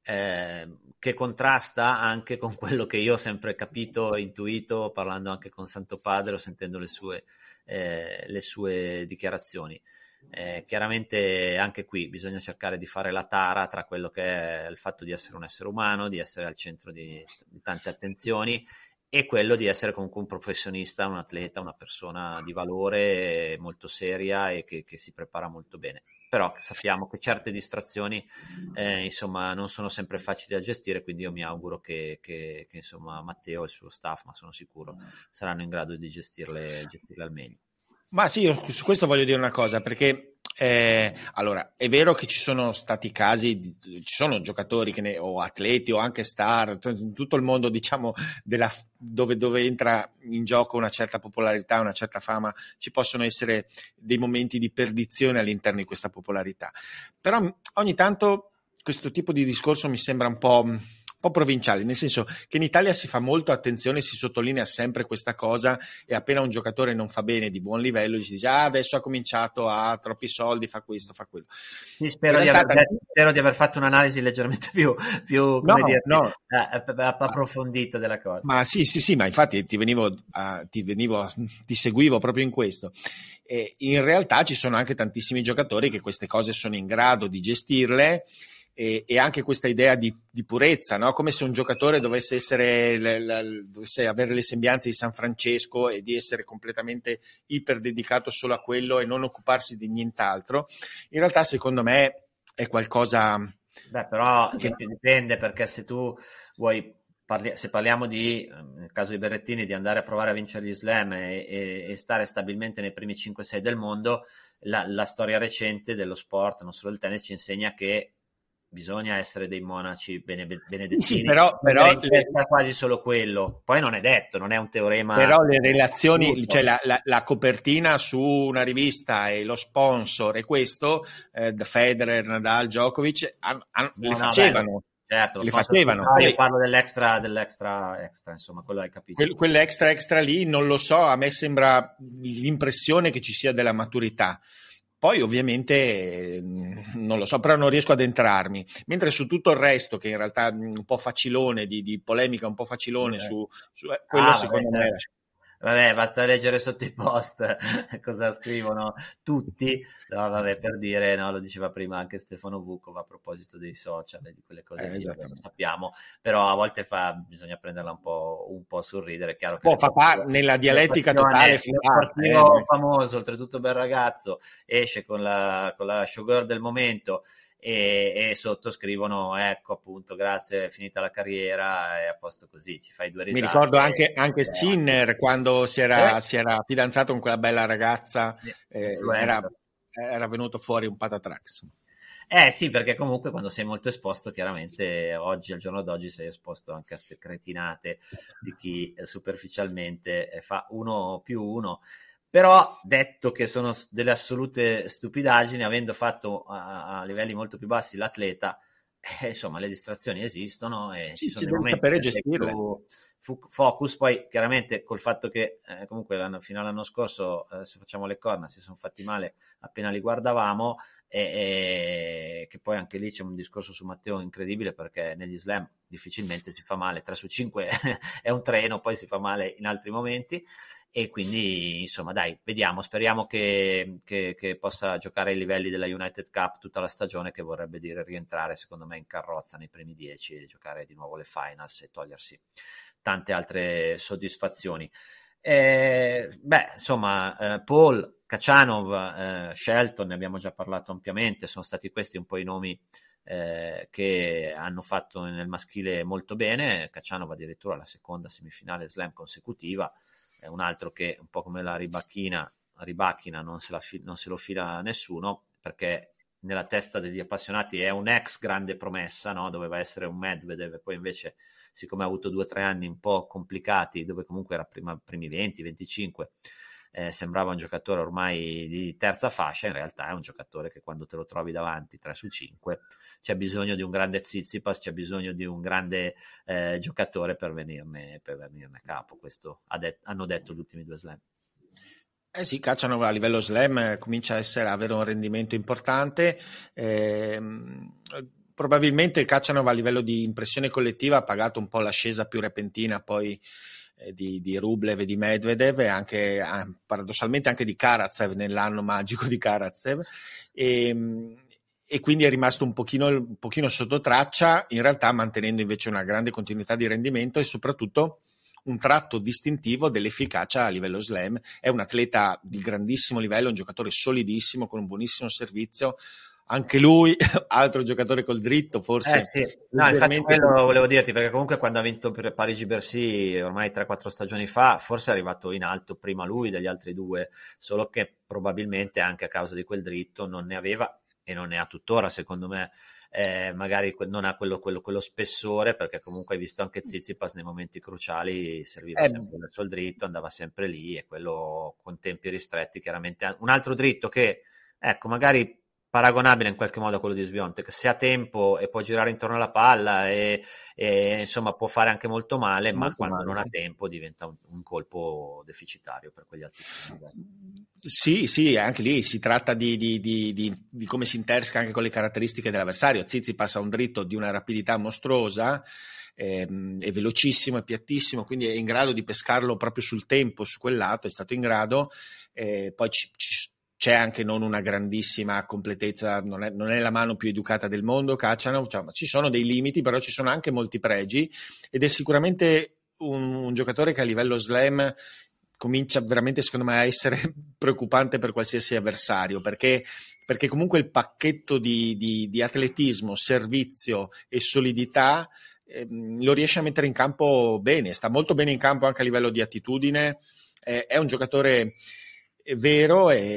eh, che contrasta anche con quello che io ho sempre capito e intuito parlando anche con Santo Padre o sentendo le sue, eh, le sue dichiarazioni. Eh, chiaramente anche qui bisogna cercare di fare la tara tra quello che è il fatto di essere un essere umano, di essere al centro di, di tante attenzioni, e quello di essere comunque un professionista, un atleta, una persona di valore molto seria e che, che si prepara molto bene. Però sappiamo che certe distrazioni eh, insomma non sono sempre facili da gestire, quindi io mi auguro che, che, che insomma Matteo e il suo staff, ma sono sicuro, saranno in grado di gestirle, gestirle al meglio. Ma sì, io su questo voglio dire una cosa, perché eh, allora è vero che ci sono stati casi, di, ci sono giocatori che ne, o atleti o anche star in tutto il mondo, diciamo, della, dove, dove entra in gioco una certa popolarità, una certa fama, ci possono essere dei momenti di perdizione all'interno di questa popolarità. Però ogni tanto questo tipo di discorso mi sembra un po'... un po' provinciali, nel senso che in Italia si fa molto attenzione, si sottolinea sempre questa cosa, e appena un giocatore non fa bene di buon livello gli si dice ah, adesso ha cominciato, ha troppi soldi, fa questo, fa quello. Sì, spero, di aver, tanti... spero di aver fatto un'analisi leggermente più, più come no, dire, no. approfondita della cosa. Ma sì, sì, sì, ma infatti ti venivo, uh, ti venivo, ti seguivo proprio in questo. E in realtà ci sono anche tantissimi giocatori che queste cose sono in grado di gestirle. E, e anche questa idea di, di purezza, no? Come se un giocatore dovesse essere la, la, dovesse avere le sembianze di San Francesco e di essere completamente iper dedicato solo a quello e non occuparsi di nient'altro. In realtà secondo me è qualcosa... Beh, però che... dipende, perché se tu vuoi parli, se parliamo di, nel caso di Berrettini, di andare a provare a vincere gli slam e, e, e stare stabilmente nei primi cinque sei del mondo, la, la storia recente dello sport, non solo del tennis, ci insegna che bisogna essere dei monaci bene, benedettini, sì, però, però in testa le... quasi solo quello, poi non è detto, non è un teorema, però le relazioni, tutto. Cioè la, la, la copertina su una rivista e lo sponsor e questo eh, Federer, Nadal, Djokovic han, han, no, le no, facevano beh, certo, le facevano no, io parlo dell'extra dell'extra extra, insomma, quello hai capito, Quell, quell'extra extra lì non lo so, a me sembra l'impressione che ci sia della maturità. Poi ovviamente non lo so, però non riesco ad entrarmi, mentre su tutto il resto, che in realtà è un po' facilone, di, di polemica un po' facilone, su, su eh, quello ah, secondo vabbè, me... Vabbè, basta leggere sotto i post cosa scrivono tutti, no, vabbè, per dire, no, lo diceva prima anche Stefano Vucov a proposito dei social e di quelle cose eh, che lo sappiamo, però a volte fa, bisogna prenderla un po', un po' sul ridere, è chiaro che oh, fa par- nella dialettica totale il sportivo eh. famoso, oltretutto bel ragazzo, esce con la, con la showgirl del momento e, e sotto scrivono ecco appunto grazie, è finita la carriera, è a posto così, ci fai due risate. Mi ricordo anche, anche Sinner quando si era, eh. si era fidanzato con quella bella ragazza, eh, era, era venuto fuori un patatrax. Eh sì, perché comunque quando sei molto esposto, chiaramente oggi, al giorno d'oggi, sei esposto anche a queste cretinate di chi superficialmente fa uno più uno. Però detto che sono delle assolute stupidaggini, avendo fatto a, a livelli molto più bassi l'atleta, eh, insomma le distrazioni esistono e sì, ci sono dei momenti sapere gestirle. Più focus. Poi chiaramente col fatto che eh, comunque l'anno, fino all'anno scorso eh, se facciamo le corna si sono fatti male appena li guardavamo, e, e che poi anche lì c'è un discorso su Matteo incredibile, perché negli slam difficilmente si fa male, tre su cinque è un treno, poi si fa male in altri momenti. E quindi insomma dai, vediamo, speriamo che, che, che possa giocare ai livelli della United Cup tutta la stagione, che vorrebbe dire rientrare secondo me in carrozza nei primi dieci e giocare di nuovo le finals e togliersi tante altre soddisfazioni. Eh, beh insomma eh, Paul, Khachanov, eh, Shelton, ne abbiamo già parlato ampiamente, sono stati questi un po' i nomi eh, che hanno fatto nel maschile molto bene. Khachanov addirittura la seconda semifinale slam consecutiva, un altro che un po' come la ribacchina, ribacchina non se, la fi- non se lo fila nessuno, perché nella testa degli appassionati è un ex grande promessa, no? Doveva essere un Medvedev e poi invece, siccome ha avuto due o tre anni un po' complicati, dove comunque era prima, primi venti venticinque, eh, sembrava un giocatore ormai di terza fascia, in realtà è un giocatore che quando te lo trovi davanti tre su cinque c'è bisogno di un grande Tsitsipas, c'è bisogno di un grande eh, giocatore per venirne, per venirne a capo. Questo ha det- hanno detto gli ultimi due slam. Eh sì, Khachanov a livello slam comincia a essere, avere un rendimento importante. Eh, probabilmente Khachanov a livello di impressione collettiva ha pagato un po' l'ascesa più repentina poi eh, di, di Rublev e di Medvedev e anche eh, paradossalmente anche di Karatsev nell'anno magico di Karatsev. E, e quindi è rimasto un pochino, un pochino sotto traccia, in realtà mantenendo invece una grande continuità di rendimento e soprattutto un tratto distintivo dell'efficacia a livello slam. È un atleta di grandissimo livello, un giocatore solidissimo con un buonissimo servizio, anche lui altro giocatore col dritto forse. Eh sì, no, infatti quello lo volevo dirti, perché comunque quando ha vinto per Parigi-Bercy ormai tre quattro stagioni fa, forse è arrivato in alto prima lui degli altri due, solo che probabilmente anche a causa di quel dritto non ne aveva e non ne ha tuttora, secondo me. Eh, magari non ha quello, quello, quello spessore, perché comunque hai visto anche Tsitsipas nei momenti cruciali serviva eh. sempre verso il dritto, andava sempre lì, e quello con tempi ristretti chiaramente. Un altro dritto che, ecco, magari paragonabile in qualche modo a quello di Swiatek, se ha tempo e può girare intorno alla palla e, e insomma può fare anche molto male, molto ma quando male, non sì. ha tempo diventa un, un colpo deficitario per quegli altissimi livelli. Sì, sì, anche lì si tratta di, di, di, di, di come si intersca anche con le caratteristiche dell'avversario. Tsitsipas ha un dritto di una rapidità mostruosa, ehm, è velocissimo, è piattissimo, quindi è in grado di pescarlo proprio sul tempo, su quel lato, è stato in grado, eh, poi ci, ci c'è anche non una grandissima completezza, non è, non è la mano più educata del mondo, Khachanov, cioè, ma ci sono dei limiti, però ci sono anche molti pregi, ed è sicuramente un, un giocatore che a livello slam comincia veramente, secondo me, a essere preoccupante per qualsiasi avversario, perché, perché comunque il pacchetto di, di, di atletismo, servizio e solidità ehm, lo riesce a mettere in campo bene, sta molto bene in campo anche a livello di attitudine, eh, è un giocatore vero e,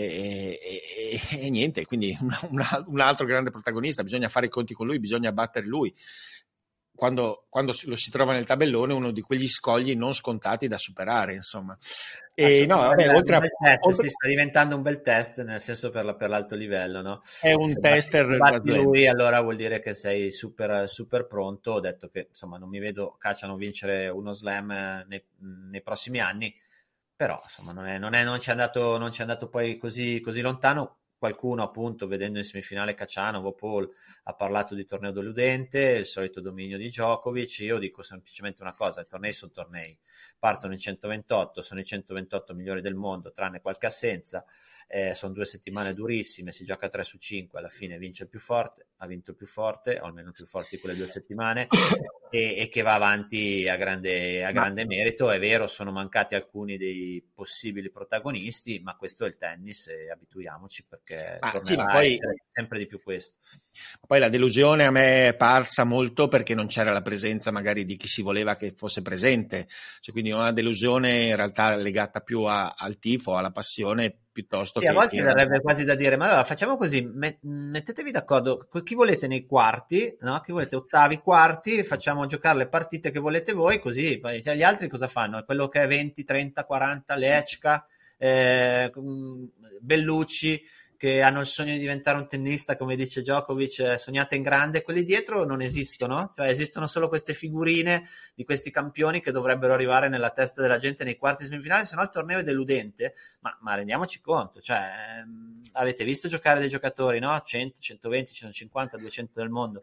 e, e, e niente, quindi una, una, un altro grande protagonista, bisogna fare i conti con lui, bisogna battere lui. Quando, quando lo si trova nel tabellone, uno di quegli scogli non scontati da superare, insomma. E no, vabbè, oltre a, test, oltre... si sta diventando un bel test, nel senso per, la, per l'alto livello, no? È un se tester. Se batti lui, allora vuol dire che sei super, super pronto. Ho detto che insomma non mi vedo Khachanov vincere uno slam nei, nei prossimi anni, però insomma non, è, non, è, non ci è andato, non ci è andato poi così, così lontano. Qualcuno appunto, vedendo in semifinale Khachanov o Paul, ha parlato di torneo deludente, il solito dominio di Djokovic. Io dico semplicemente una cosa: i tornei sono tornei, partono in centoventotto, sono i centoventotto migliori del mondo tranne qualche assenza, eh, sono due settimane durissime, si gioca tre su cinque, alla fine vince il più forte, ha vinto il più forte, o almeno il più forte di quelle due settimane, e, e che va avanti a grande, a grande merito. È vero, sono mancati alcuni dei possibili protagonisti, ma questo è il tennis e abituiamoci, perché ah, tornerà sì, ma poi, a essere sempre di più questo. Poi la delusione a me è parsa molto perché non c'era la presenza magari di chi si voleva che fosse presente, cioè, quindi una delusione in realtà legata più a, al tifo, alla passione, piuttosto sì, che... a volte che verrebbe realtà... quasi da dire: ma allora facciamo così, met- mettetevi d'accordo, chi volete nei quarti, no? Chi volete ottavi, quarti, facciamo giocare le partite che volete voi, così cioè, gli altri cosa fanno? Quello che è venti, trenta, quaranta, Lechka, eh, Bellucci, che hanno il sogno di diventare un tennista, come dice Djokovic, sognate in grande, quelli dietro non esistono, cioè esistono solo queste figurine di questi campioni che dovrebbero arrivare nella testa della gente nei quarti semifinali, se no il torneo è deludente. Ma, ma rendiamoci conto, cioè ehm, avete visto giocare dei giocatori, no? cento, centoventi, centocinquanta, duecento del mondo,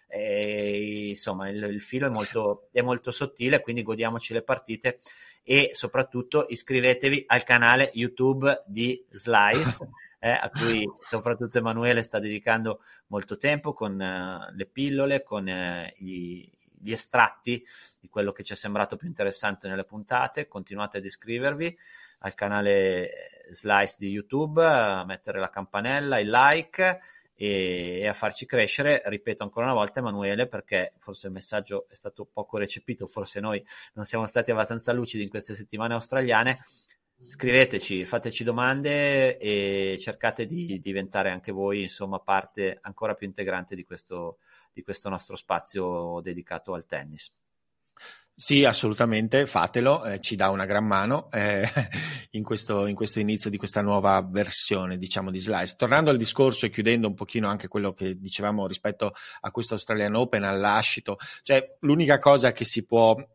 e, insomma il, il filo è molto, è molto sottile, quindi godiamoci le partite e soprattutto iscrivetevi al canale YouTube di Slice, Eh, a cui soprattutto Emanuele sta dedicando molto tempo con uh, le pillole, con uh, gli, gli estratti di quello che ci è sembrato più interessante nelle puntate. Continuate ad iscrivervi al canale Slice di YouTube, a mettere la campanella, il like e, e a farci crescere. Ripeto ancora una volta, Emanuele, perché forse il messaggio è stato poco recepito, forse noi non siamo stati abbastanza lucidi in queste settimane australiane. Scriveteci, fateci domande e cercate di diventare anche voi, insomma, parte ancora più integrante di questo, di questo nostro spazio dedicato al tennis. Sì, assolutamente, fatelo, eh, ci dà una gran mano eh, in, questo, in questo inizio di questa nuova versione, diciamo, di Slice. Tornando al discorso e chiudendo un pochino anche quello che dicevamo rispetto a questo Australian Open, all'ascito, cioè l'unica cosa che si può,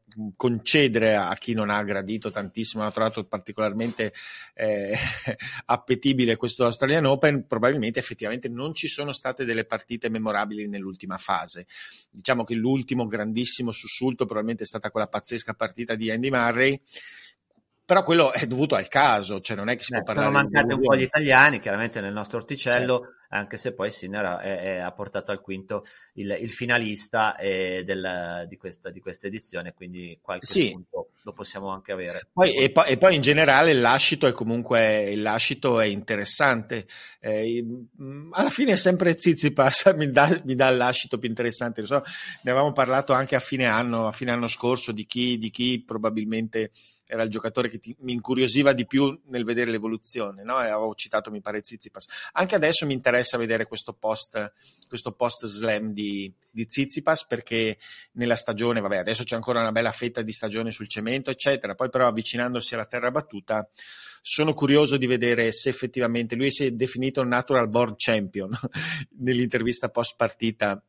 concedere a chi non ha gradito tantissimo, non ha trovato particolarmente eh, appetibile questo Australian Open, probabilmente effettivamente non ci sono state delle partite memorabili nell'ultima fase. Diciamo che l'ultimo grandissimo sussulto probabilmente è stata quella pazzesca partita di Andy Murray, però quello è dovuto al caso, cioè non è che si eh, può parlare. Sono mancati un po' gli italiani chiaramente nel nostro orticello, certo. Anche se poi Sinner ha, è, ha portato al quinto il, il finalista eh, del, di, questa, di questa edizione, quindi qualche sì. punto lo possiamo anche avere. Poi, e, poi, e poi in generale il lascito è comunque il lascito è interessante, eh, alla fine sempre Tsitsipas mi dà, mi dà il lascito più interessante. So, ne avevamo parlato anche a fine anno, a fine anno scorso di chi, di chi probabilmente era il giocatore che ti, mi incuriosiva di più nel vedere l'evoluzione, no? E avevo citato, mi pare, Tsitsipas. Anche adesso mi interessa vedere questo post, questo post slam di, di Tsitsipas, perché nella stagione, vabbè, adesso c'è ancora una bella fetta di stagione sul cemento, eccetera, poi però avvicinandosi alla terra battuta sono curioso di vedere se effettivamente lui si è definito natural born champion nell'intervista post partita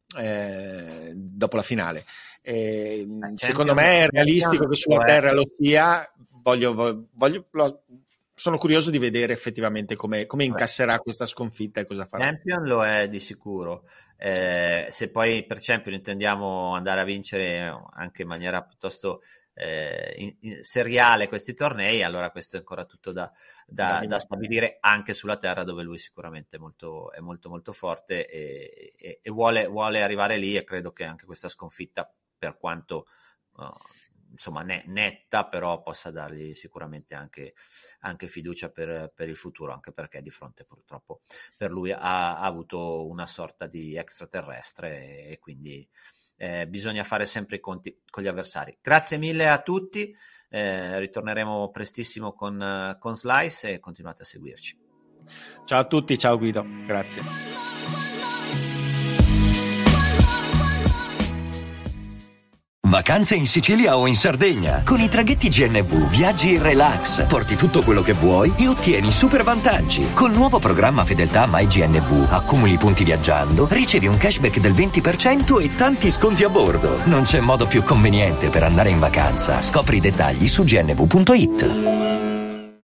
eh, dopo la finale. Eh, secondo me è realistico che sulla terra lo sia. Voglio, voglio, sono curioso di vedere effettivamente come, come incasserà questa sconfitta e cosa farà. Champion lo è di sicuro. Eh, se poi per Champion intendiamo andare a vincere anche in maniera piuttosto eh, in, in seriale questi tornei, allora questo è ancora tutto da, da, da stabilire anche sulla terra, dove lui sicuramente è molto, è molto, molto forte e, e, e vuole, vuole arrivare lì, e credo che anche questa sconfitta, per quanto uh, insomma ne, netta, però possa dargli sicuramente anche, anche fiducia per, per il futuro, anche perché di fronte purtroppo per lui ha, ha avuto una sorta di extraterrestre e, e quindi eh, bisogna fare sempre i conti con gli avversari. Grazie mille a tutti, eh, ritorneremo prestissimo con, con Slice e continuate a seguirci. Ciao a tutti, ciao Guido, grazie. Vacanze in Sicilia o in Sardegna. Con i traghetti G N V viaggi in relax, porti tutto quello che vuoi e ottieni super vantaggi. Col nuovo programma Fedeltà MyGNV accumuli punti viaggiando, ricevi un cashback del venti per cento e tanti sconti a bordo. Non c'è modo più conveniente per andare in vacanza. Scopri i dettagli su gnv punto it.